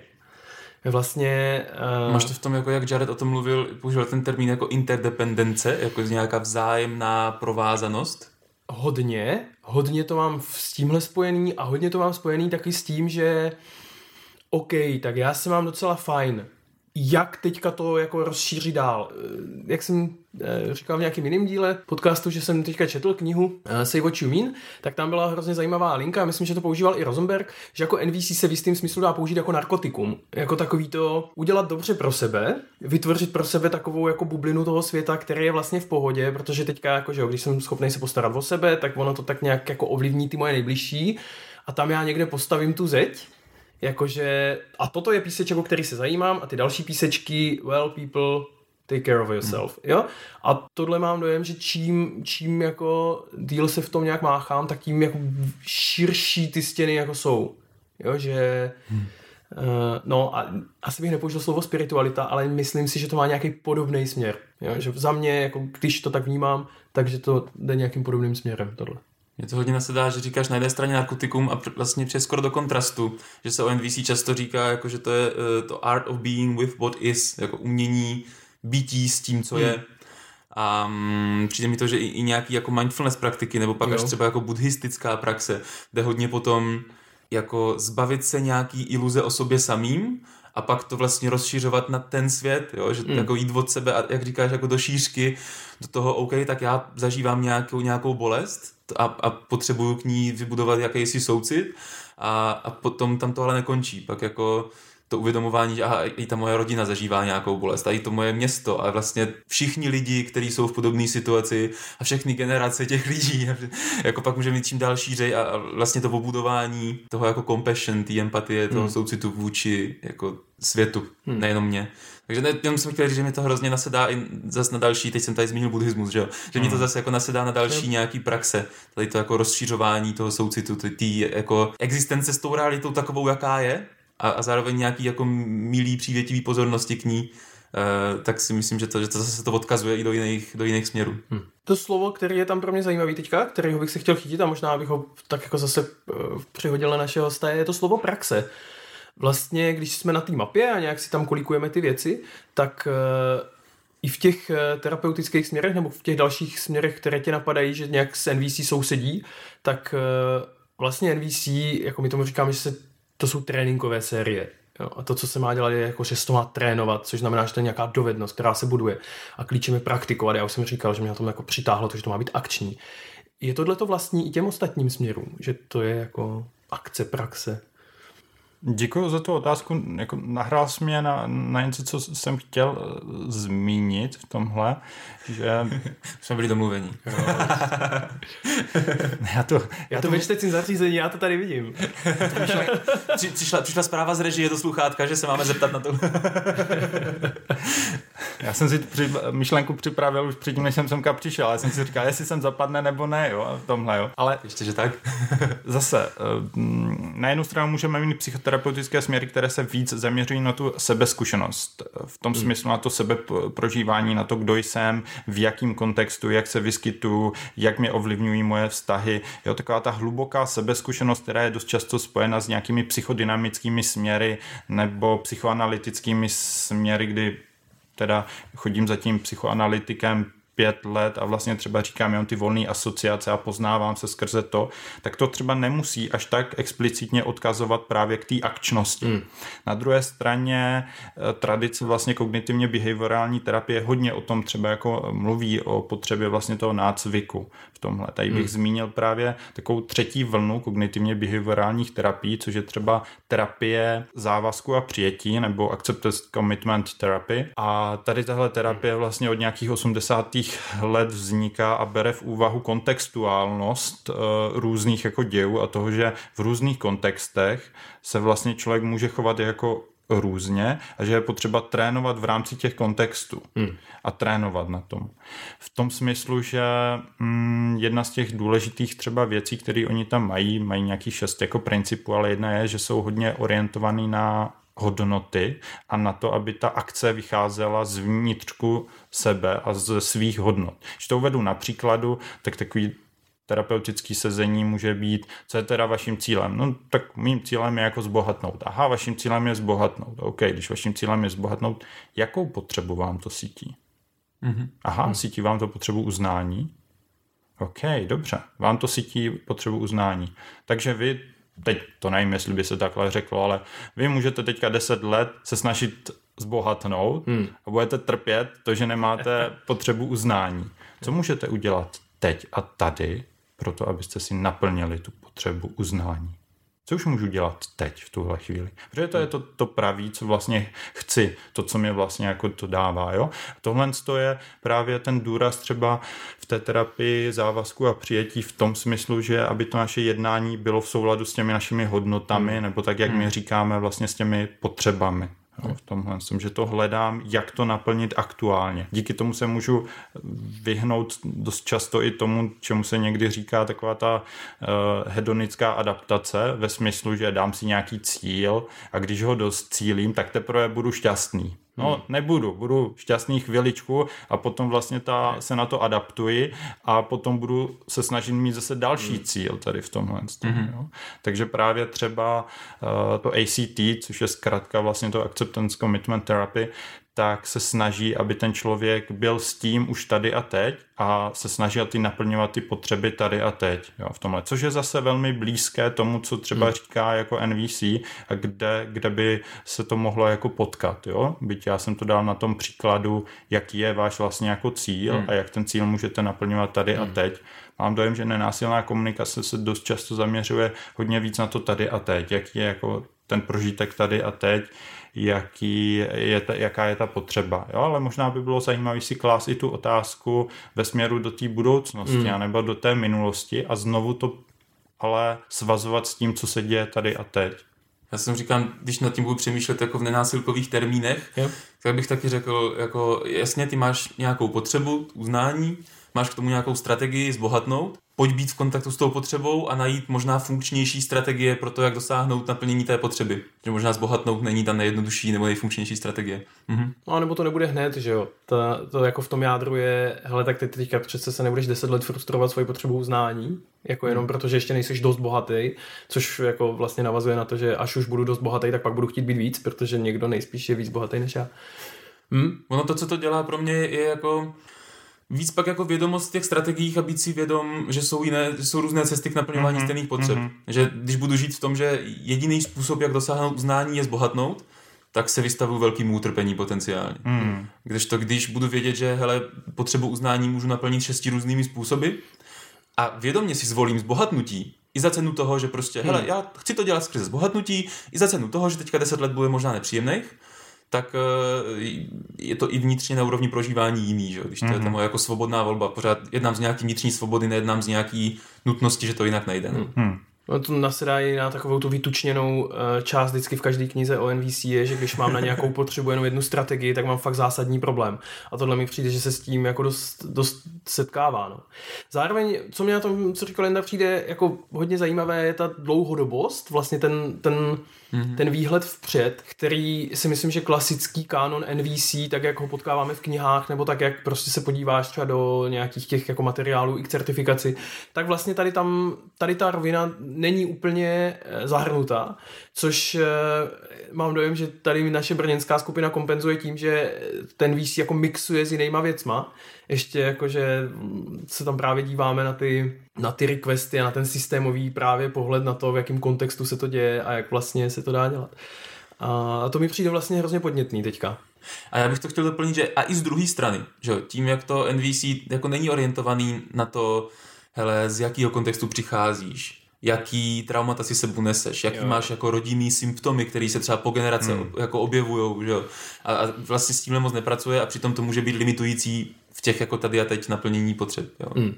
Speaker 2: Vlastně... Uh...
Speaker 1: Máš to v tom, jako jak Jared o tom mluvil, použil ten termín jako interdependence, jako nějaká vzájemná provázanost?
Speaker 2: Hodně, hodně to mám s tímhle spojený a hodně to mám spojený taky s tím, že OK, tak já se mám docela fajn. Jak teďka to jako rozšíří dál? Jak jsem říkal v nějakém jiném díle podcastu, že jsem teďka četl knihu Say What You Mean, tak tam byla hrozně zajímavá linka, myslím, že to používal i Rosenberg, že jako N V C se v jistým smyslu dá použít jako narkotikum. Jako takový to udělat dobře pro sebe, vytvořit pro sebe takovou jako bublinu toho světa, který je vlastně v pohodě, protože teďka jako, že jo, když jsem schopný se postarat o sebe, tak ono to tak nějak jako ovlivní ty moje nejbližší a tam já někde postavím tu zeď. Jakože, a toto je píseček, o který se zajímám, a ty další písečky, well, people, take care of yourself, hmm. jo? A tohle mám dojem, že čím, čím jako díl se v tom nějak máchám, tak tím jako širší ty stěny jako jsou, jo, že hmm. uh, no a asi bych nepoužil slovo spiritualita, ale myslím si, že to má nějaký podobný směr, jo? Že za mě, jako když to tak vnímám, takže to jde nějakým podobným směrem, tohle.
Speaker 1: Mě to hodně nasedá, že říkáš na jedné straně narkotikum a vlastně přes skoro do kontrastu, že se o N V C často říká, jako, že to je uh, to art of being with what is, jako umění bytí s tím, co hmm. je. A um, přijde mi to, že i, i nějaký jako mindfulness praktiky, nebo pak jo. až třeba jako buddhistická praxe, jde hodně potom jako zbavit se nějaký iluze o sobě samým a pak to vlastně rozšiřovat na ten svět, jo? Že mm. jako jít od sebe a jak říkáš, jako do šířky, do toho, OK, tak já zažívám nějakou, nějakou bolest a, a potřebuju k ní vybudovat jakýsi soucit a, a potom tam to ale nekončí. Pak jako to uvědomování, že aha, i ta moje rodina zažívá nějakou bolest a i to moje město a vlastně všichni lidi, kteří jsou v podobné situaci a všechny generace těch lidí, jako pak můžeme mít čím dál šířej a, a vlastně to pobudování toho jako compassion, té empatie, toho hmm. soucitu vůči jako světu, hmm. nejenom mě. Takže ne, jenom jsem chtěl říct, že mi to hrozně nasedá i zase na další, teď jsem tady zmínil buddhismus, že jo, že mi to zase jako nasedá na další nějaký praxe, tady to jako rozšiřování toho soucitu, ty jako existence s tou realitou takovou, jaká je, A, a zároveň nějaký jako milý, přívětivý pozornosti k ní, uh, tak si myslím, že to, že to zase to odkazuje i do jiných, do jiných směrů. Hmm.
Speaker 2: To slovo, který je tam pro mě zajímavý teďka, kterého bych se chtěl chytit a možná bych ho tak jako zase uh, přihodil na našeho hosta, je to slovo praxe. Vlastně, když jsme na té mapě a nějak si tam kolikujeme ty věci, tak uh, i v těch uh, terapeutických směrech nebo v těch dalších směrech, které tě napadají, že nějak s N V C sousedí, tak uh, vlastně N V C, jako my tomu říkáme, že se to jsou tréninkové série. Jo? A to, co se má dělat, je jako, že se to má trénovat, což znamená, že to je nějaká dovednost, která se buduje. A klíčem je praktikovat. Já už jsem říkal, že mě na tom jako přitáhlo to, že to má být akční. Je tohle to vlastní i těm ostatním směrům, že to je jako akce, praxe?
Speaker 3: Děkuji za tu otázku. Jako nahrál jsi mě na, na něco, co jsem chtěl zmínit v tomhle, že...
Speaker 1: jsme byli domluvení.
Speaker 3: já to, já
Speaker 2: já to ve čtecím zařízení, já to tady vidím.
Speaker 1: Při, přišla, přišla zpráva z režie do sluchátka, že se máme zeptat na to.
Speaker 3: já jsem si při, myšlenku připravil už předtím, než jsem semka přišel. Já jsem si říkal, jestli jsem zapadne nebo ne, jo, v tomhle, jo. Ale
Speaker 1: ještě, že tak.
Speaker 3: zase, na jednu stranu můžeme mít psychoterapeut terapeutické směry, které se víc zaměřují na tu sebezkušenost. V tom hmm. smyslu na to sebeprožívání, na to, kdo jsem, v jakém kontextu, jak se vyskytuju, jak mě ovlivňují moje vztahy. Jo, taková ta hluboká sebezkušenost, která je dost často spojena s nějakými psychodynamickými směry nebo psychoanalytickými směry, kdy teda chodím za tím psychoanalytikem pět let a vlastně třeba říkám jenom ty volné asociace a poznávám se skrze to, tak to třeba nemusí až tak explicitně odkazovat právě k té akčnosti. Hmm. Na druhé straně tradice vlastně kognitivně behaviorální terapie hodně o tom třeba jako mluví o potřebě vlastně toho nácviku v tomhle. Tady bych hmm. zmínil právě takovou třetí vlnu kognitivně behaviorálních terapií, což je třeba terapie závazku a přijetí nebo acceptance commitment therapy. A tady tahle terapie vlastně od nějakých osmdesátých let vzniká a bere v úvahu kontextuálnost uh, různých jako dějů a toho, že v různých kontextech se vlastně člověk může chovat jako různě a že je potřeba trénovat v rámci těch kontextů hmm. a trénovat na tom. V tom smyslu, že mm, jedna z těch důležitých třeba věcí, které oni tam mají, mají nějakých šest jako principů, ale jedna je, že jsou hodně orientovaný na hodnoty a na to, aby ta akce vycházela z vnitřku sebe a ze svých hodnot. Když to uvedu na příkladu, tak takový terapeutický sezení může být, co je teda vaším cílem? No tak mým cílem je jako zbohatnout. Aha, vaším cílem je zbohatnout. OK, když vaším cílem je zbohatnout, jakou potřebu vám to sítí? Mm-hmm. Aha, sítí vám to potřebu uznání? OK, dobře, vám to sítí potřebu uznání. Takže vy teď to nevím, jestli by se takhle řeklo, ale vy můžete teďka deset let se snažit zbohatnout hmm. a budete trpět to, že nemáte potřebu uznání. Co můžete udělat teď a tady pro to, abyste si naplnili tu potřebu uznání? Co už můžu dělat teď v tuhle chvíli? Protože to je to, to pravý, co vlastně chci, to, co mě vlastně jako to dává. Jo? Tohle je právě ten důraz třeba v té terapii závazku a přijetí v tom smyslu, že aby to naše jednání bylo v souladu s těmi našimi hodnotami, hmm. nebo tak, jak my říkáme, vlastně s těmi potřebami. Jo, v tomhle jsem, že to hledám, jak to naplnit aktuálně. Díky tomu se můžu vyhnout dost často i tomu, čemu se někdy říká taková ta uh, hedonická adaptace, ve smyslu, že dám si nějaký cíl a když ho docílím, tak teprve budu šťastný. No, hmm. nebudu, budu šťastný chviličku a potom vlastně ta, se na to adaptuji a potom budu se snažit mít zase další hmm. cíl tady v tomhle. Hmm. Jo. Takže právě třeba uh, to A C T, což je zkratka vlastně to Acceptance Commitment Therapy, tak se snaží, aby ten člověk byl s tím už tady a teď a se snažil ty naplňovat ty potřeby tady a teď, jo, v tomhle. Což je zase velmi blízké tomu, co třeba hmm. říká jako N V C a kde, kde by se to mohlo jako potkat, jo. Byť já jsem to dal na tom příkladu, jaký je váš vlastně jako cíl hmm. a jak ten cíl můžete naplňovat tady hmm. a teď. Mám dojem, že nenásilná komunikace se dost často zaměřuje hodně víc na to tady a teď, jaký je jako ten prožitek tady a teď, jaký je ta, jaká je ta potřeba. Jo, ale možná by bylo zajímavé si klást i tu otázku ve směru do té budoucnosti mm. nebo do té minulosti a znovu to ale svazovat s tím, co se děje tady a teď.
Speaker 1: Já jsem říkám, když nad tím budu přemýšlet jako v nenásilkových termínech, yep. tak bych taky řekl, jako jasně, ty máš nějakou potřebu, uznání, máš k tomu nějakou strategii zbohatnout, pojď být v kontaktu s tou potřebou a najít možná funkčnější strategie pro to, jak dosáhnout naplnění té potřeby. Že možná zbohatnout není ta nejjednodušší nebo nejfunkčnější strategie. Mhm.
Speaker 2: No, nebo to nebude hned, že jo. To, to jako v tom jádru je, hele, tak ty teďka přece se nebudeš deset let frustrovat svoji potřebu uznání, jako jenom hmm. protože ještě nejseš dost bohatý, což jako vlastně navazuje na to, že až už budu dost bohatý, tak pak budu chtít být víc, protože někdo nejspíš je víc bohatý než já.
Speaker 1: Hmm? Ono to, co to dělá pro mě, je jako víc pak jako vědomost těch strategiích a být si vědom, že jsou jiné, že jsou různé cesty k naplňování mm-hmm. stejných potřeb. Mm-hmm. Že když budu žít v tom, že jediný způsob, jak dosáhnout uznání, je zbohatnout, tak se vystavuju velkému utrpení potenciálně. Mm. Kdežto když budu vědět, že hele, potřebu uznání můžu naplnit šesti různými způsoby a vědomě si zvolím zbohatnutí, i za cenu toho, že prostě, mm. hele, já chci to dělat skrze zbohatnutí, i za cenu toho, že teďka deset let bude možná nepříjemných, tak je to i vnitřně na úrovni prožívání jiný, že? Když to mm-hmm. je ta moje jako svobodná volba. Pořád jednám z nějaký vnitřní svobody, nejednám z nějaký nutnosti, že to jinak nejde. No?
Speaker 3: Hmm.
Speaker 2: No to nasedají na takovou tu vytučněnou část vždycky v každé knize o N V C je, že když mám na nějakou potřebu jenom jednu strategii, tak mám fakt zásadní problém. A tohle mi přijde, že se s tím jako dost, dost setkává. No. Zároveň, co mě na tom, co říkal Linda, přijde jako hodně zajímavé, je ta dlouhodobost, vlastně ten, ten, mm-hmm. ten výhled vpřed, který si myslím, že klasický kánon N V C, tak jak ho potkáváme v knihách, nebo tak, jak prostě se podíváš třeba do nějakých těch jako materiálů i k certifikaci, tak vlastně tady tam, tady ta rovina není úplně zahrnutá, což mám dojem, že tady naše brněnská skupina kompenzuje tím, že ten V C jako mixuje s jinýma věcma. Ještě jakože se tam právě díváme na ty, na ty requesty a na ten systémový právě pohled na to, v jakém kontextu se to děje a jak vlastně se to dá dělat. A to mi přijde vlastně hrozně podnětný teďka.
Speaker 1: A já bych to chtěl doplnit, že a i z druhé strany, že tím, jak to N V C jako není orientovaný na to, hele, z jakého kontextu přicházíš, jaký traumata si sebou neseš, jaký jo. máš jako rodinný symptomy, které se třeba po generace hmm. jako objevujou, že jo. A, a vlastně s tímhle moc nepracuje a přitom to může být limitující v těch jako tady a teď naplnění potřeb. Jo. Hmm.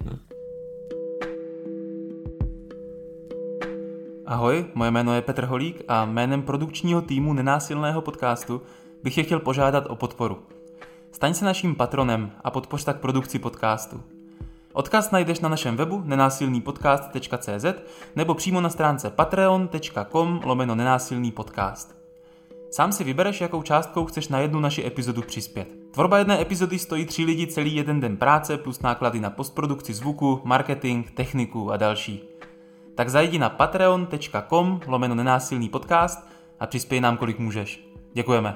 Speaker 1: Ahoj, moje jméno je Petr Holík a jménem produkčního týmu Nenásilného podcastu bych je chtěl požádat o podporu. Staň se naším patronem a podpoř tak produkci podcastu. Odkaz najdeš na našem webu nenásilnýpodcast tečka cé zet nebo přímo na stránce patreon tečka com lomeno nenásilný podcast. Sám si vybereš, jakou částkou chceš na jednu naši epizodu přispět. Tvorba jedné epizody stojí tři lidi celý jeden den práce plus náklady na postprodukci zvuku, marketing, techniku a další. Tak zajdi na patreon tečka com lomeno nenásilný podcast a přispěj nám, kolik můžeš. Děkujeme.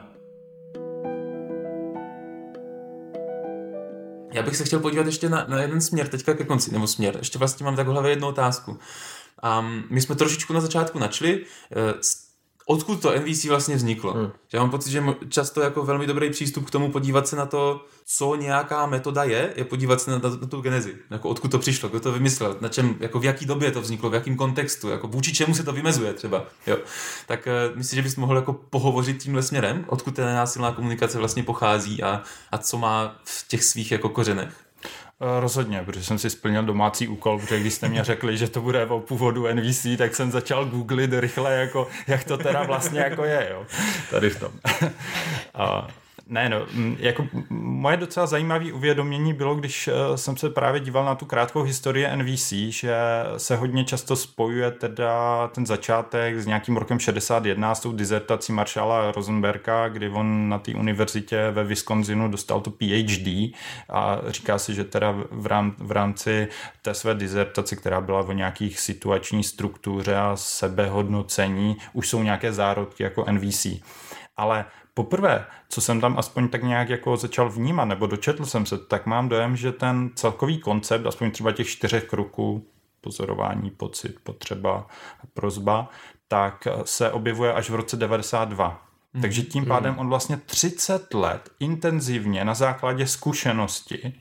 Speaker 1: Já bych se chtěl podívat ještě na, na jeden směr, teďka ke konci, nebo směr. Ještě vlastně mám tak v hlavě jednu otázku. Um, my jsme trošičku na začátku načli, uh, odkud to N V C vlastně vzniklo. Hmm. Já mám pocit, že často jako velmi dobrý přístup k tomu podívat se na to, co nějaká metoda je, je podívat se na, na, na tu genezi. Jako odkud to přišlo, kdo to vymyslel, na čem, jako v jaký době to vzniklo, v jakém kontextu, jako vůči čemu se to vymezuje třeba. Jo. Tak uh, myslím, že bys mohl jako pohovořit tímhle směrem, odkud ta nenásilná komunikace vlastně pochází a, a co má v těch svých jako kořenech.
Speaker 3: Rozhodně, protože jsem si splnil domácí úkol, protože když jste mě řekli, že to bude o původu N V C, tak jsem začal googlit rychle, jako, jak to teda vlastně jako je, jo, tady v tom. A ne, no, jako moje docela zajímavé uvědomění bylo, když jsem se právě díval na tu krátkou historii N V C, že se hodně často spojuje teda ten začátek s nějakým rokem šedesát jedna, s tou dizertací Marshalla Rosenberga, kdy on na té univerzitě ve Wisconsinu dostal to P H D a říká se, že teda v, rám, v rámci té své dizertace, která byla o nějakých situační struktuře a sebehodnocení, už jsou nějaké zárodky jako N V C. Ale poprvé, co jsem tam aspoň tak nějak jako začal vnímat, nebo dočetl jsem se, tak mám dojem, že ten celkový koncept, aspoň třeba těch čtyřech kroků, pozorování, pocit, potřeba, prosba, tak se objevuje až v roce devadesát dva. Mm. Takže tím pádem on vlastně třicet let intenzivně na základě zkušenosti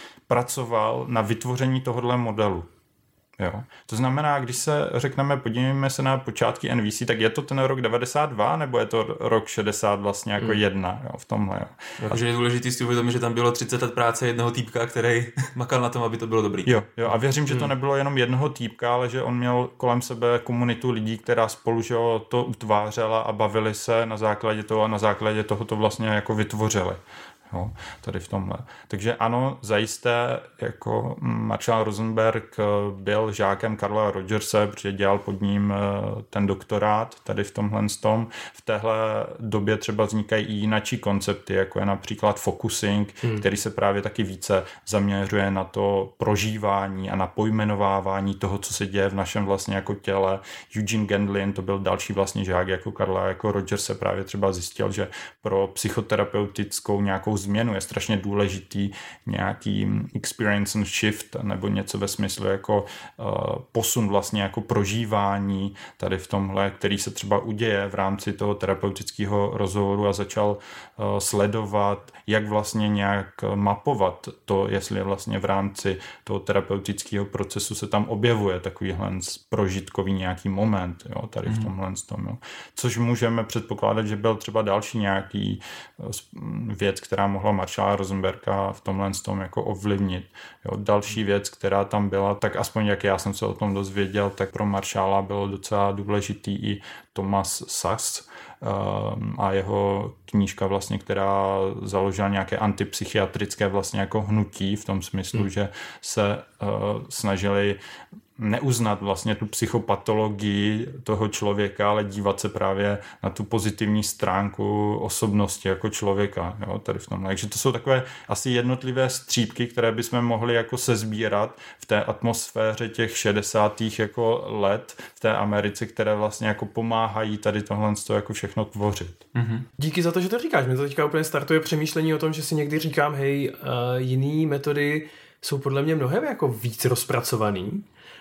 Speaker 3: pracoval na vytvoření tohohle modelu. Jo. To znamená, když se řekneme, podívejme se na počátky N V C, tak je to ten rok devadesát dva, nebo je to rok šedesát vlastně jako mm. jedna, jo, v tomhle. Jo.
Speaker 1: Takže je důležitý si uvědomit, že tam bylo třicet let práce jednoho týpka, který makal na tom, aby to bylo dobrý.
Speaker 3: Jo, jo, a věřím, že to nebylo jenom jednoho týpka, ale že on měl kolem sebe komunitu lidí, která spolu že to utvářela a bavili se na základě toho a na základě toho to vlastně jako vytvořili. Jo, tady v tomhle. Takže ano, zajisté jako Marshall Rosenberg byl žákem Carla Rogerse, protože dělal pod ním ten doktorát tady v tomhle tom. V téhle době třeba vznikají i jinačí koncepty, jako je například focusing, hmm. který se právě taky více zaměřuje na to prožívání a na pojmenovávání toho, co se děje v našem vlastně jako těle. Eugene Gendlin, to byl další vlastně žák jako Carla, jako Rogerse právě třeba zjistil, že pro psychoterapeutickou nějakou změnu je strašně důležitý nějaký experience and shift nebo něco ve smyslu jako uh, posun vlastně jako prožívání tady v tomhle, který se třeba uděje v rámci toho terapeutického rozhovoru a začal uh, sledovat, jak vlastně nějak mapovat to, jestli vlastně v rámci toho terapeutického procesu se tam objevuje takovýhle prožitkový nějaký moment, jo, tady v tomhle tom, jo. Což můžeme předpokládat, že byl třeba další nějaký věc, která která mohla Marshalla Rosenberga v tomhle tom jako ovlivnit. Jo, další věc, která tam byla, tak aspoň jak já jsem se o tom dozvěděl, tak pro Marshalla bylo docela důležitý i Thomas Sachs um, a jeho knížka vlastně, která založila nějaké antipsychiatrické vlastně jako hnutí v tom smyslu, hmm. že se uh, snažili neuznat vlastně tu psychopatologii toho člověka, ale dívat se právě na tu pozitivní stránku osobnosti jako člověka. Jo, tady v tomhle. Takže to jsou takové asi jednotlivé střípky, které bychom mohli jako sezbírat v té atmosféře těch šedesátých jako let v té Americe, které vlastně jako pomáhají tady tohle jako všechno tvořit.
Speaker 2: Mm-hmm. Díky za to, že to říkáš. Mě to teďka úplně startuje přemýšlení o tom, že si někdy říkám, hej, uh, jiný metody jsou podle mě mnohem jako víc rozpracovaný.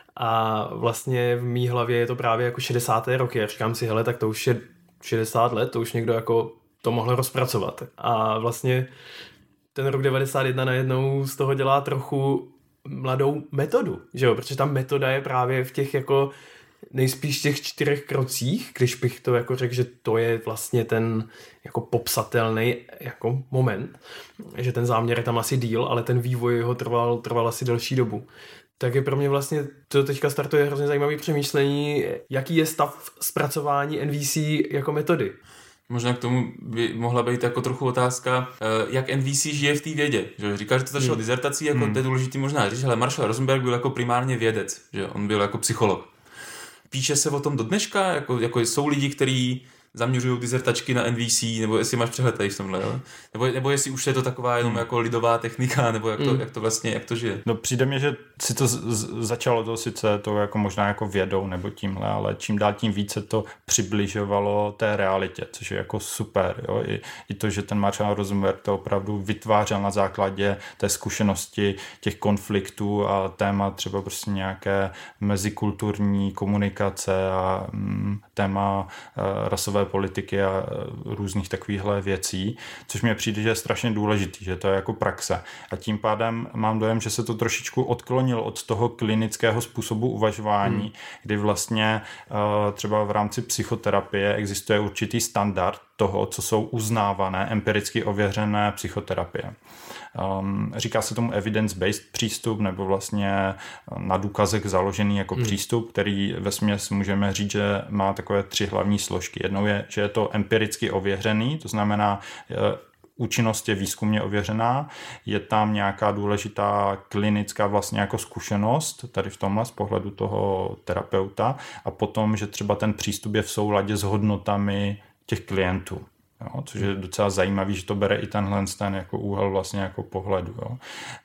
Speaker 2: A vlastně v mý hlavě je to právě jako šedesáté roky. Já říkám si, hele, tak to už je šedesát let, to už někdo jako to mohl rozpracovat. A vlastně ten rok devadesát jedna najednou z toho dělá trochu mladou metodu, že jo? Protože ta metoda je právě v těch jako nejspíš těch čtyřech krocích, když bych to jako řekl, že to je vlastně ten jako popsatelný jako moment, že ten záměr je tam asi díl, ale ten vývoj ho trval, trval asi delší dobu. Tak je pro mě vlastně, to teďka startuje hrozně zajímavé přemýšlení, jaký je stav zpracování N V C jako metody.
Speaker 1: Možná k tomu by mohla být jako trochu otázka, jak N V C žije v té vědě. Že? Říká, že to začalo hmm. dizertací, jako hmm. to je důležitý možná říct, ale Marshall Rosenberg byl jako primárně vědec, že on byl jako psycholog. Píše se o tom do dneška, jako, jako jsou lidi, kteří zaměřují dizertačky na N V C, nebo jestli máš přehled tady v tomhle, jo? Nebo, nebo jestli už je to taková jenom hmm. jako lidová technika, nebo jak to, hmm. jak to vlastně, jak to žije.
Speaker 3: No přijde mi, že si to z- začalo to sice to jako možná jako vědou nebo tímhle, ale čím dál tím více to přibližovalo té realitě, což je jako super, jo? I, i to, že ten Marshall Rosenberg to opravdu vytvářel na základě té zkušenosti těch konfliktů a téma třeba prostě nějaké mezikulturní komunikace a mm, téma uh, rasové politiky a různých takovýchhle věcí, což mě přijde, že je strašně důležitý, že to je jako praxe. A tím pádem mám dojem, že se to trošičku odklonilo od toho klinického způsobu uvažování, hmm. kdy vlastně třeba v rámci psychoterapie existuje určitý standard toho, co jsou uznávané, empiricky ověřené psychoterapie. Um, říká se tomu evidence-based přístup, nebo vlastně na důkazech založený jako hmm. přístup, který vesměs můžeme říct, že má takové tři hlavní složky. Jednou je, že je to empiricky ověřený, to znamená, účinnost je výzkumně ověřená, je tam nějaká důležitá klinická vlastně jako zkušenost, tady v tomhle z pohledu toho terapeuta, a potom, že třeba ten přístup je v souladě s hodnotami těch klientů. Jo, což je docela zajímavý, že to bere i tenhle ten jako úhel vlastně jako pohledu. Jo.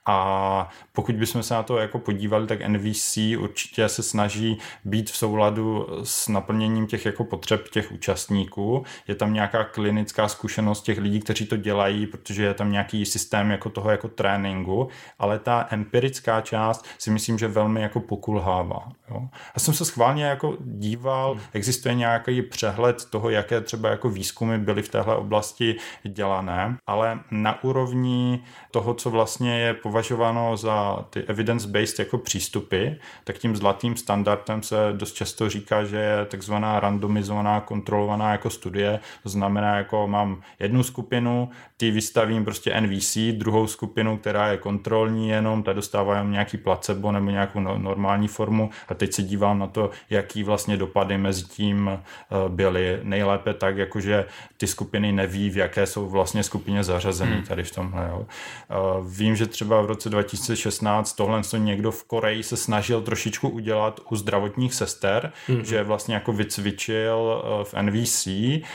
Speaker 3: A pokud bychom se na to jako podívali, tak N V C určitě se snaží být v souladu s naplněním těch jako potřeb těch účastníků. Je tam nějaká klinická zkušenost těch lidí, kteří to dělají, protože je tam nějaký systém jako toho jako tréninku, ale ta empirická část si myslím, že velmi jako pokulhává. Jo. Já jsem se schválně jako díval, existuje nějaký přehled toho, jaké třeba jako výzkumy byly v téhle oblasti dělané, ale na úrovni toho, co vlastně je považováno za ty evidence-based jako přístupy, tak tím zlatým standardem se dost často říká, že je takzvaná randomizovaná, kontrolovaná jako studie. To znamená, jako mám jednu skupinu, ty vystavím prostě N V C, druhou skupinu, která je kontrolní jenom, ta dostává jenom nějaký placebo nebo nějakou normální formu a teď se dívám na to, jaký vlastně dopady mezi tím byly. Nejlépe tak, jakože ty skupiny neví, v jaké jsou vlastně skupině zařazený hmm. tady v tomhle. Jo. Vím, že třeba v roce dva tisíce šestnáct tohle někdo v Koreji se snažil trošičku udělat u zdravotních sester, hmm. že vlastně jako vycvičil v N V C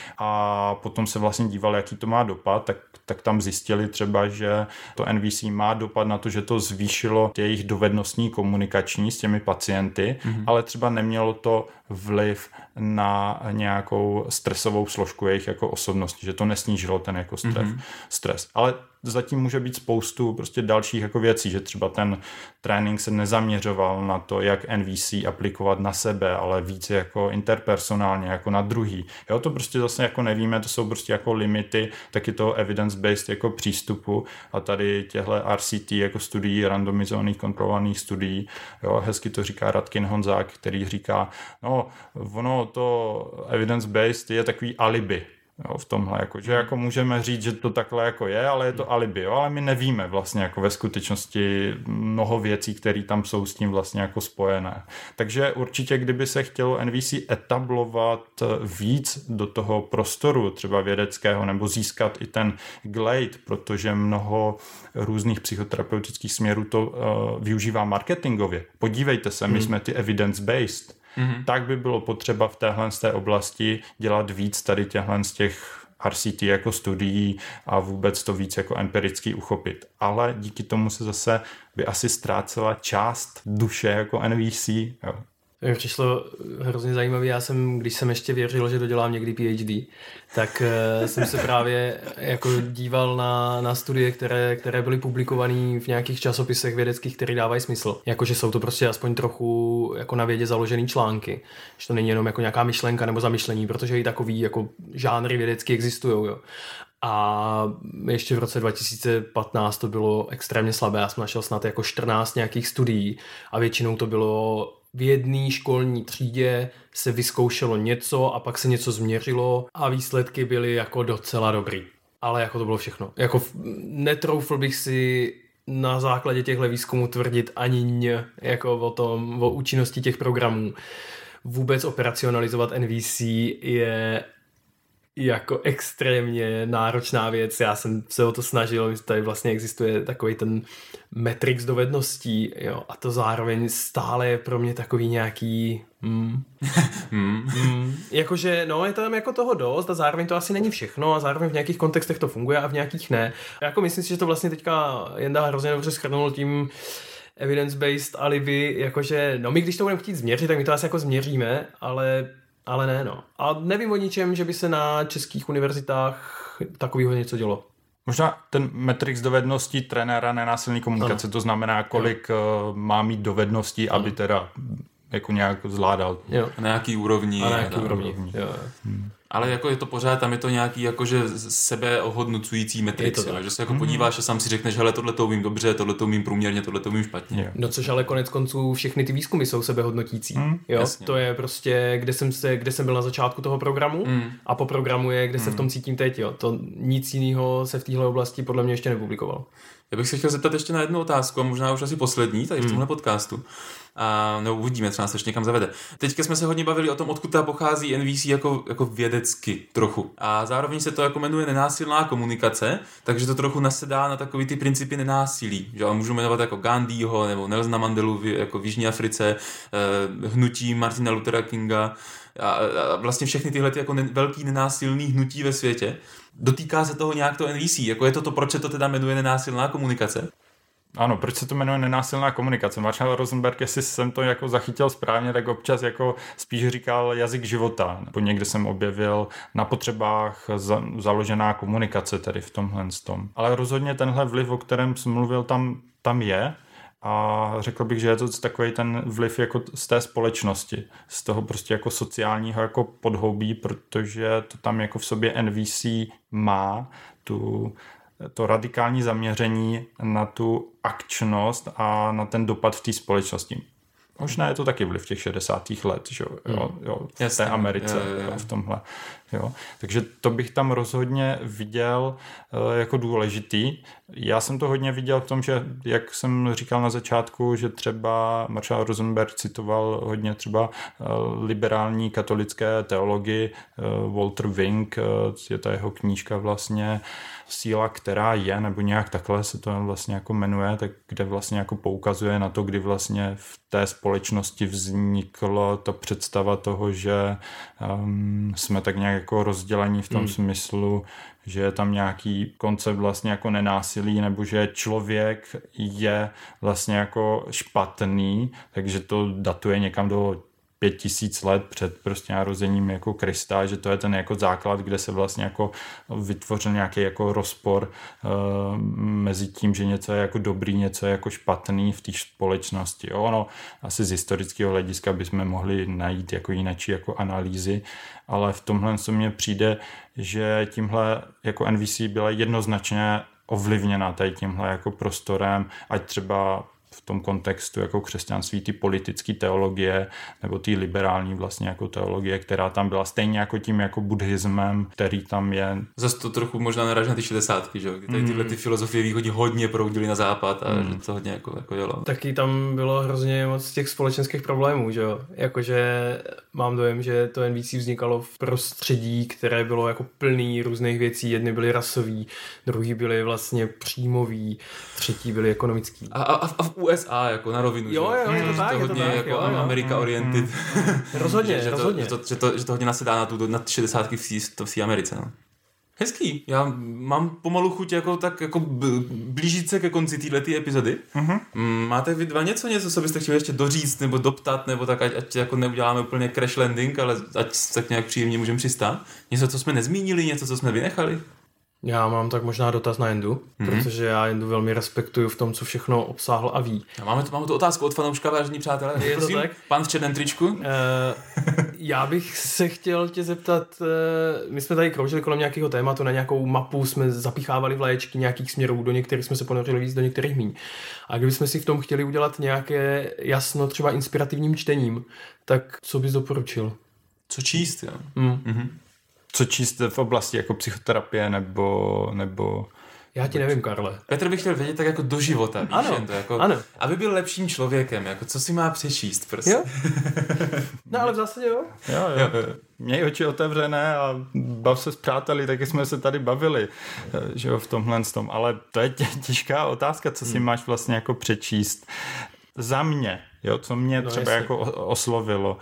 Speaker 3: a potom se vlastně díval, jaký to má dopad, tak, tak tam zjistili třeba, že to N V C má dopad na to, že to zvýšilo jejich dovednostní komunikační s těmi pacienty, hmm. ale třeba nemělo to vliv na nějakou stresovou složku jejich jako osobnosti, že to nesnížilo ten jako stres. Mm-hmm. stres. Ale zatím může být spoustu prostě dalších jako věcí, že třeba ten trénink se nezaměřoval na to, jak N V C aplikovat na sebe, ale více jako interpersonálně, jako na druhý. Jo, to prostě zase jako nevíme, to jsou prostě jako limity taky toho evidence-based jako přístupu a tady těhle R C T jako studií, randomizovaných kontrolovaných studií, jo, hezky to říká Radkin Honzák, který říká, no, ono to evidence-based je takový alibi. Jo, v tomhle, jako, že jako můžeme říct, že to takhle jako je, ale je to alibi, jo, ale my nevíme vlastně jako ve skutečnosti mnoho věcí, které tam jsou s tím vlastně jako spojené. Takže určitě, kdyby se chtělo N V C etablovat víc do toho prostoru, třeba vědeckého, nebo získat i ten glade, protože mnoho různých psychoterapeutických směrů to uh, využívá marketingově. Podívejte se, my hmm. jsme ty evidence-based, mm-hmm. tak by bylo potřeba v téhle z té oblasti dělat víc tady těchhle z těch R C T jako studií a vůbec to víc jako empiricky uchopit. Ale díky tomu se zase by asi ztrácela část duše jako N V C. Jo.
Speaker 2: To mi přišlo hrozně zajímavé. Já jsem, když jsem ještě věřil, že dodělám někdy PhD, tak uh, jsem se právě jako díval na, na studie, které, které byly publikované v nějakých časopisech vědeckých, které dávají smysl. Jakože jsou to prostě aspoň trochu jako na vědě založený články. Že to není jenom jako nějaká myšlenka nebo zamyšlení, protože i takový jako žánry vědecky existují. Jo. A ještě v roce dva tisíce patnáct to bylo extrémně slabé. Já jsem našel snad jako čtrnáct nějakých studií a většinou to bylo v jedné školní třídě se vyzkoušelo něco a pak se něco změřilo a výsledky byly jako docela dobrý. Ale jako to bylo všechno. Jako netroufl bych si na základě těchto výzkumů tvrdit ani ň, jako o tom, o účinnosti těch programů. Vůbec operacionalizovat N V C je jako extrémně náročná věc. Já jsem se o to snažil, tady vlastně existuje takový ten matrix dovedností, jo, a to zároveň stále je pro mě takový nějaký mm, mm, mm, jakože, no, je tam jako toho dost a zároveň to asi není všechno a zároveň v nějakých kontextech to funguje a v nějakých ne. Jako myslím si, že to vlastně teďka Jenda hrozně dobře shrnul tím evidence-based alibi, jakože, no my když to budeme chtít změřit, tak my to asi jako změříme, ale Ale ne, no. A nevím o ničem, že by se na českých univerzitách takového něco dělo.
Speaker 3: Možná ten matrix dovedností trenéra nenásilné komunikace, ano. To znamená, kolik ano. má mít dovedností, ano. aby teda jako nějak zvládal.
Speaker 1: Jo. Na nějaký úrovni.
Speaker 2: A na nějaký úrovni. úrovni. Jo.
Speaker 1: Hmm. Ale jako je to pořád, tam je to nějaký jakože sebeohodnocující metrix, že se jako mm. podíváš a sám si řekneš, hele, tohle to umím dobře, tohle to umím průměrně, tohle to umím špatně.
Speaker 2: Yeah. No což ale konec konců všechny ty výzkumy jsou sebehodnotící. Mm. Jo? To je prostě, kde jsem, se, kde jsem byl na začátku toho programu mm. a po programu je, kde mm. se v tom cítím teď. Jo? To nic jiného se v téhle oblasti podle mě ještě nepublikovalo.
Speaker 1: Já bych se chtěl zeptat ještě na jednu otázku a možná už asi poslední tady v tomhle mm. podcastu. A no uvidíme, třeba se ještě někam zavede. Teďka jsme se hodně bavili o tom, odkud ta pochází N V C jako, jako vědecky trochu. A zároveň se to jako jmenuje nenásilná komunikace, takže to trochu nasedá na takový ty principy nenásilí. Že? Můžu jmenovat jako Gandhiho nebo Nelsona Mandelu v, jako v Jižní Africe, eh, hnutí Martina Luthera Kinga a, a vlastně všechny tyhle ty jako ne, velký nenásilný hnutí ve světě. Dotýká se toho nějak to N V C? Jako je to to, proč se to teda jmenuje nenásilná komunikace?
Speaker 3: Ano, proč se to jmenuje nenásilná komunikace? Marshall Rosenberg, jestli jsem to jako zachytil správně, tak občas jako spíš říkal jazyk života. Nebo někde jsem objevil na potřebách za, založená komunikace tady v tomhle tom. Ale rozhodně tenhle vliv, o kterém jsem mluvil, tam, tam je. A řekl bych, že je to takový ten vliv jako z té společnosti, z toho prostě jako sociálního jako podhoubí, protože to tam jako v sobě N V C má tu to radikální zaměření na tu akčnost a na ten dopad v té společnosti. Možná je to taky vliv těch šedesátých let, že? Jo, jo, v Jasně, té Americe, je, je, je. v tomhle. Jo. Takže to bych tam rozhodně viděl uh, jako důležitý. Já jsem to hodně viděl v tom, že, jak jsem říkal na začátku, že třeba Marshall Rosenberg citoval hodně třeba uh, liberální katolické teologii uh, Walter Wink, uh, je to jeho knížka vlastně Síla, která je, nebo nějak takhle se to vlastně jako jmenuje, tak kde vlastně jako poukazuje na to, kdy vlastně v té společnosti vznikla ta představa toho, že um, jsme tak nějak jako rozdělení v tom hmm. smyslu, že je tam nějaký koncept vlastně jako nenásilí, nebo že člověk je vlastně jako špatný, takže to datuje někam do pět tisíc let před prostě narozením jako Krista, že to je ten jako základ, kde se vlastně jako vytvořil nějaký jako rozpor uh, mezi tím, že něco je jako dobrý, něco je jako špatný v té společnosti. Jo, ono asi z historického hlediska bychom mohli najít jako jinačí jako analýzy, ale v tomhle se mně přijde, že tímhle jako N V C byla jednoznačně ovlivněna tady tímhle jako prostorem, ať třeba v tom kontextu jako křesťanství, ty politické teologie nebo ty liberální vlastně jako teologie, která tam byla stejně jako tím jako buddhismem, který tam je.
Speaker 1: Zase to trochu možná naráží na ty šedesátky, že jo? Kdy tady tyhle ty filozofie východní hodně proudily na západ a mm. že to hodně jako, jako dělo.
Speaker 2: Taky tam bylo hrozně moc těch společenských problémů, že jo? Jakože mám dojem, že to N V C vznikalo v prostředí, které bylo jako plný různých věcí. Jedny byly rasový, druhý byly vlastně příjmový, třetí byly ekonomický.
Speaker 1: A, a, a v U S A jako na rovinu,
Speaker 2: jo, jo, je to tak,
Speaker 1: to
Speaker 2: je to
Speaker 1: hodně
Speaker 2: tak,
Speaker 1: jako
Speaker 2: jo, jo.
Speaker 1: Amerika oriented.
Speaker 2: Mm. Rozhodně,
Speaker 1: že,
Speaker 2: rozhodně.
Speaker 1: Že to, že, to, že to hodně nasedá na tu na šedesátky v té Americe, no. Hezký. Já mám pomalu chuť jako tak jako blížit se ke konci této epizody. Uh-huh. Máte vy dva něco, něco, co byste chtěli ještě doříct nebo doptat, nebo tak, ať, ať jako neuděláme úplně crash landing, ale ať tak nějak příjemně můžeme přistát? Něco, co jsme nezmínili, něco, co jsme vynechali?
Speaker 2: Já mám tak možná dotaz na Jendu, mm-hmm. protože já Jendu velmi respektuju v tom, co všechno obsáhl a ví.
Speaker 1: A máme tu, máme tu otázku od fanouška, vážení přátelé.
Speaker 2: Je
Speaker 1: Prosím,
Speaker 2: to tak?
Speaker 1: Pan v černém tričku. Uh,
Speaker 2: já bych se chtěl tě zeptat, uh, my jsme tady kroužili kolem nějakého tématu, na nějakou mapu jsme zapíchávali vlaječky nějakých směrů, do některých jsme se ponořili víc, do některých míň. A kdybychom si v tom chtěli udělat nějaké jasno třeba inspirativním čtením, tak co bys doporučil?
Speaker 1: Co číst, jo?
Speaker 2: Mm.
Speaker 1: Mm-hmm.
Speaker 3: Co číst v oblasti jako psychoterapie nebo... nebo...
Speaker 2: Já ti nevím, Karle.
Speaker 1: Petr bych chtěl vědět tak jako do života, víš,
Speaker 2: ano,
Speaker 1: jen to jako,
Speaker 2: ano.
Speaker 1: aby byl lepším člověkem, jako co si má přečíst, prostě.
Speaker 2: Jo? No ale v zásadě jo.
Speaker 3: Jo, jo. Měj oči otevřené a bav se s přáteli, taky jsme se tady bavili, že jo, v tomhle tom, ale to je těžká otázka, co si hmm. máš vlastně jako přečíst. Za mě, jo, co mě
Speaker 2: no,
Speaker 3: třeba
Speaker 2: jestli.
Speaker 3: jako oslovilo.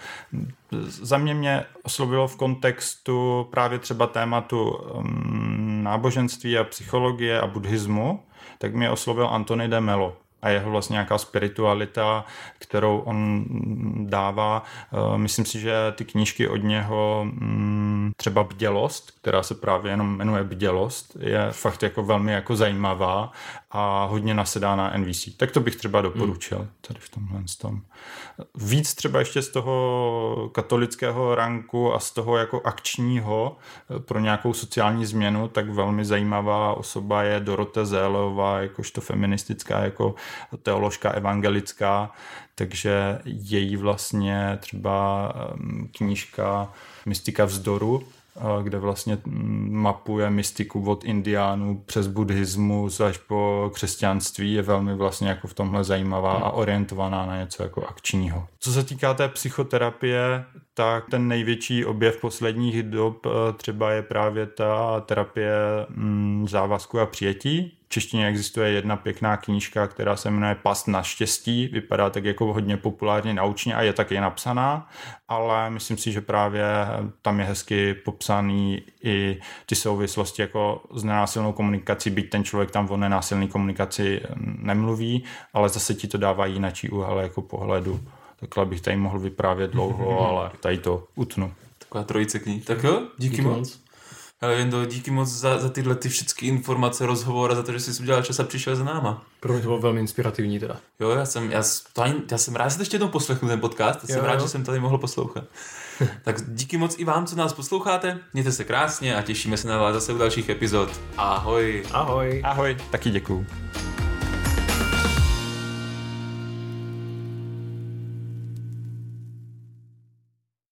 Speaker 3: Za mě mě oslovilo v kontextu právě třeba tématu um, náboženství a psychologie a buddhismu, tak mě oslovil Anthony de Mello a jeho vlastně nějaká spiritualita, kterou on dává. Myslím si, že ty knížky od něho, třeba Bdělost, která se právě jenom jmenuje Bdělost, je fakt jako velmi jako zajímavá a hodně nasedá na N V C. Tak to bych třeba doporučil tady v tomhle tom. Víc třeba ještě z toho katolického ranku a z toho jako akčního pro nějakou sociální změnu, tak velmi zajímavá osoba je Dorothea Zélová, jakožto feministická, jako teoložka evangelická, takže její vlastně třeba knížka Mystika vzdoru, kde vlastně mapuje mystiku od indiánů přes buddhismus až po křesťanství, je velmi vlastně jako v tomhle zajímavá a orientovaná na něco jako akčního. Co se týká té psychoterapie, tak ten největší objev posledních dob třeba je právě ta terapie závazku a přijetí. V češtině existuje jedna pěkná knížka, která se jmenuje Past na štěstí, vypadá tak jako hodně populárně naučně a je taky napsaná, ale myslím si, že právě tam je hezky popsaný i ty souvislosti jako s nenásilnou komunikací, byť ten člověk tam o nenásilné komunikaci nemluví, ale zase ti to dává jinačí úhel jako pohledu. Takhle bych tady mohl vyprávět dlouho, ale tady to utnu.
Speaker 1: Taková trojice knih. Tak jo, díky, díky moc. moc. Ale Jendo, díky moc za, za tyhle ty všechny informace, rozhovor a za to, že jsi udělal čas a přišel za náma.
Speaker 2: Pro mě to bylo velmi inspirativní teda.
Speaker 1: Jo, já jsem, já, to ani, já jsem rád, že ještě jednou poslechnu ten podcast, já jsem jo, rád, jo. že jsem tady mohl poslouchat. Tak díky moc i vám, co nás posloucháte, mějte se krásně a těšíme se na vás zase u dalších epizod. Ahoj.
Speaker 2: Ahoj.
Speaker 3: Ahoj, taky děkuju.